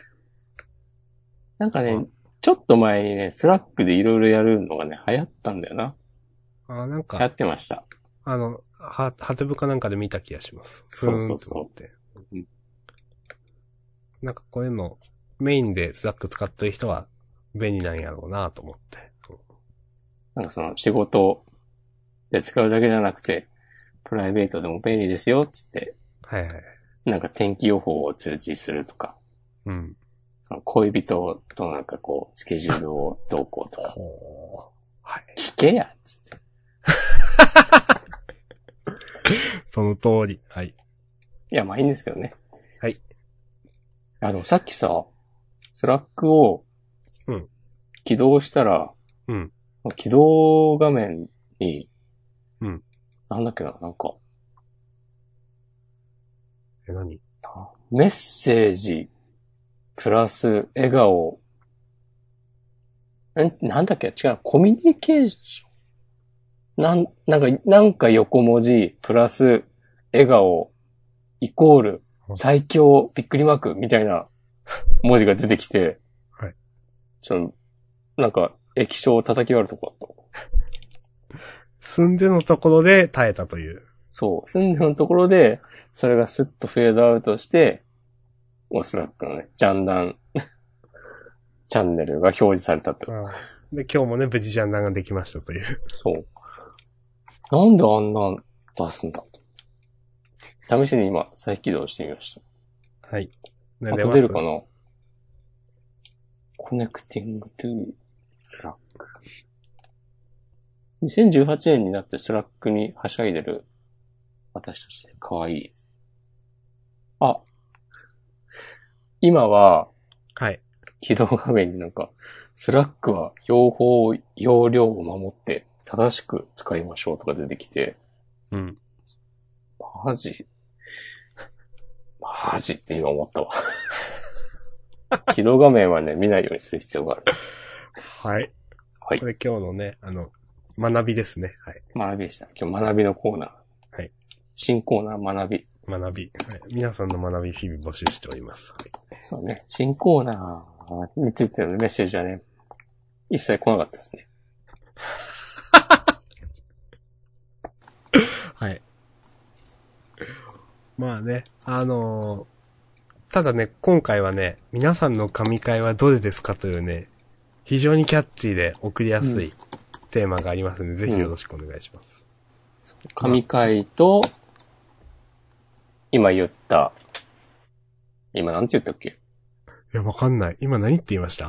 なんかね、ちょっと前にね、スラックでいろいろやるのがね、流行ったんだよな。 なんか、 流行ってました。 ハテブかなんかで見た気がします。 そうそうふーんと思って。 うん、 なんかこういうの、メインでスラック使ってる人は便利なんやろうなと思って。 なんか仕事で使うだけじゃなくて、プライベートでも便利ですよ、つって。 はいはい。 なんか天気予報を通知するとか。 うん。 恋人となんかスケジュールをどうこうとか。 ほー。はい。 聞けや、つって。 その通り。はい。 いや、まあいいんですけどね。 はい。 でもさっきさ、スラックを、 うん。 起動したら、 うん。 起動画面に、 うん。 なんだっけな、なんか、 何？ メッセージ、プラス、笑顔、なんだっけ違う、コミュニケーション。なんか横文字、プラス、笑顔、イコール、最強、びっくりマーク、みたいな文字が出てきて、 はい。 なんか、液晶を叩き割るとこだった。 住んでのところで耐えたという。 そう。住んでのところで、それがスッとフェードアウトして、おそらくのね、ジャンダンチャンネルが表示されたと。 で、今日もね、無事ジャンダンができましたという。 そう。なんであんなん出すんだと。試しに今、再起動してみました。 はい。 あと出るかな？コネクティングトゥスラック。2018年になってスラックにはしゃいでる私たちでかわいい。あ、今は、 はい。 起動画面になんか、 スラックは用法、用量を守って正しく使いましょうとか出てきて、 うん。 マジって今思ったわ。起動画面はね、見ないようにする必要がある。 はい。 はい。 これ今日のね、学びですね。はい。 学びでした。今日学びのコーナー。 はい。 新コーナー学び。 学び。はい。皆さんの学び日々募集しております。はい。 そうね。新コーナーについてのメッセージはね、一切来なかったですね。 はい。まあね、ただね、今回はね、皆さんの神回はどれですかというね、非常にキャッチーで送りやすいテーマがありますので、ぜひよろしくお願いします。 神回と、今言った、今なんて言ったっけ？ いや、わかんない。今何って言いました？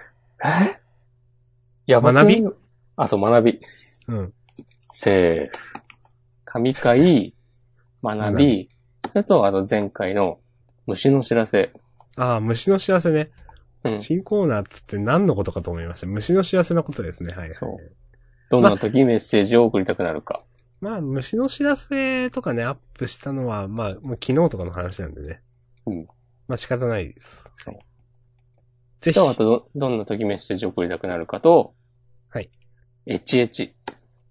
やばくない？ 学び？ あ、そう、学び。 うん。 セーフ。神回、学び、それと、前回の虫の知らせ。 ああ、虫の知らせね。 うん。 新コーナーっつって何のことかと思いました。虫の知らせのことですね。はい。 そう。どんな時メッセージを送りたくなるか。 まあ、虫の知らせとかね、アップしたのは、まあ、もう昨日とかの話なんでね。 うん。 まあ仕方ないです。 そう。 ぜひ。 と、あとどんな時メッセージを送りたくなるかと、 はい。 エチエチ。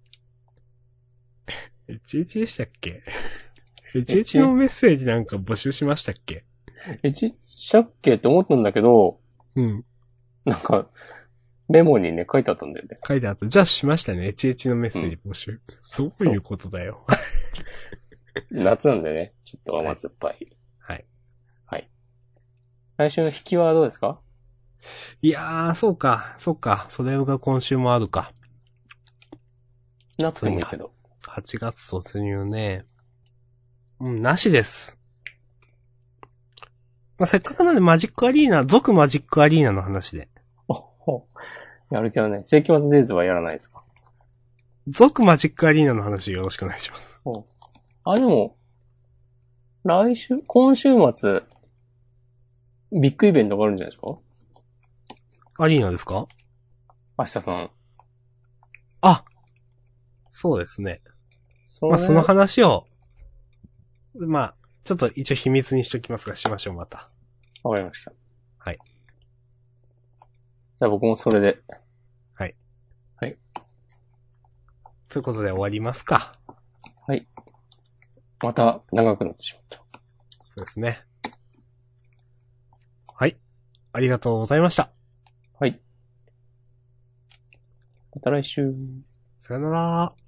エチエチでしたっけ？エチエチのメッセージなんか募集しましたっけ？ エチしたっけって思ったんだけど、 うん。 なんか、メモにね、書いてあったんだよね。 書いてあった。じゃあしましたね。エチエチのメッセージ募集。どういうことだよ。 夏なんでね、ちょっと甘酸っぱい。 はい。 はい。来週の引きはどうですか？ いやー、そうか。それが今週もあるか。 夏でもいいけど。 8月突入ね。うん、なしです。まあ、せっかくなんでマジックアリーナ、続マジックアリーナの話で。 やるけどね、世紀末デイズはやらないですか？ 続マジックアリーナの話よろしくお願いします。 あ、でも、今週末、ビッグイベントがあるんじゃないですか？ アリーナですか？ 明日さん。 あ、そうですね。まあ、その話を、まあ、ちょっと一応秘密にしときますが、しましょう、また。 わかりました。 はい。 じゃあ僕もそれで。 はい。 はい。 ということで終わりますか。 はい。また長くなってしまった。 そうですね。はい。ありがとうございました。 はい。また来週。 さよなら。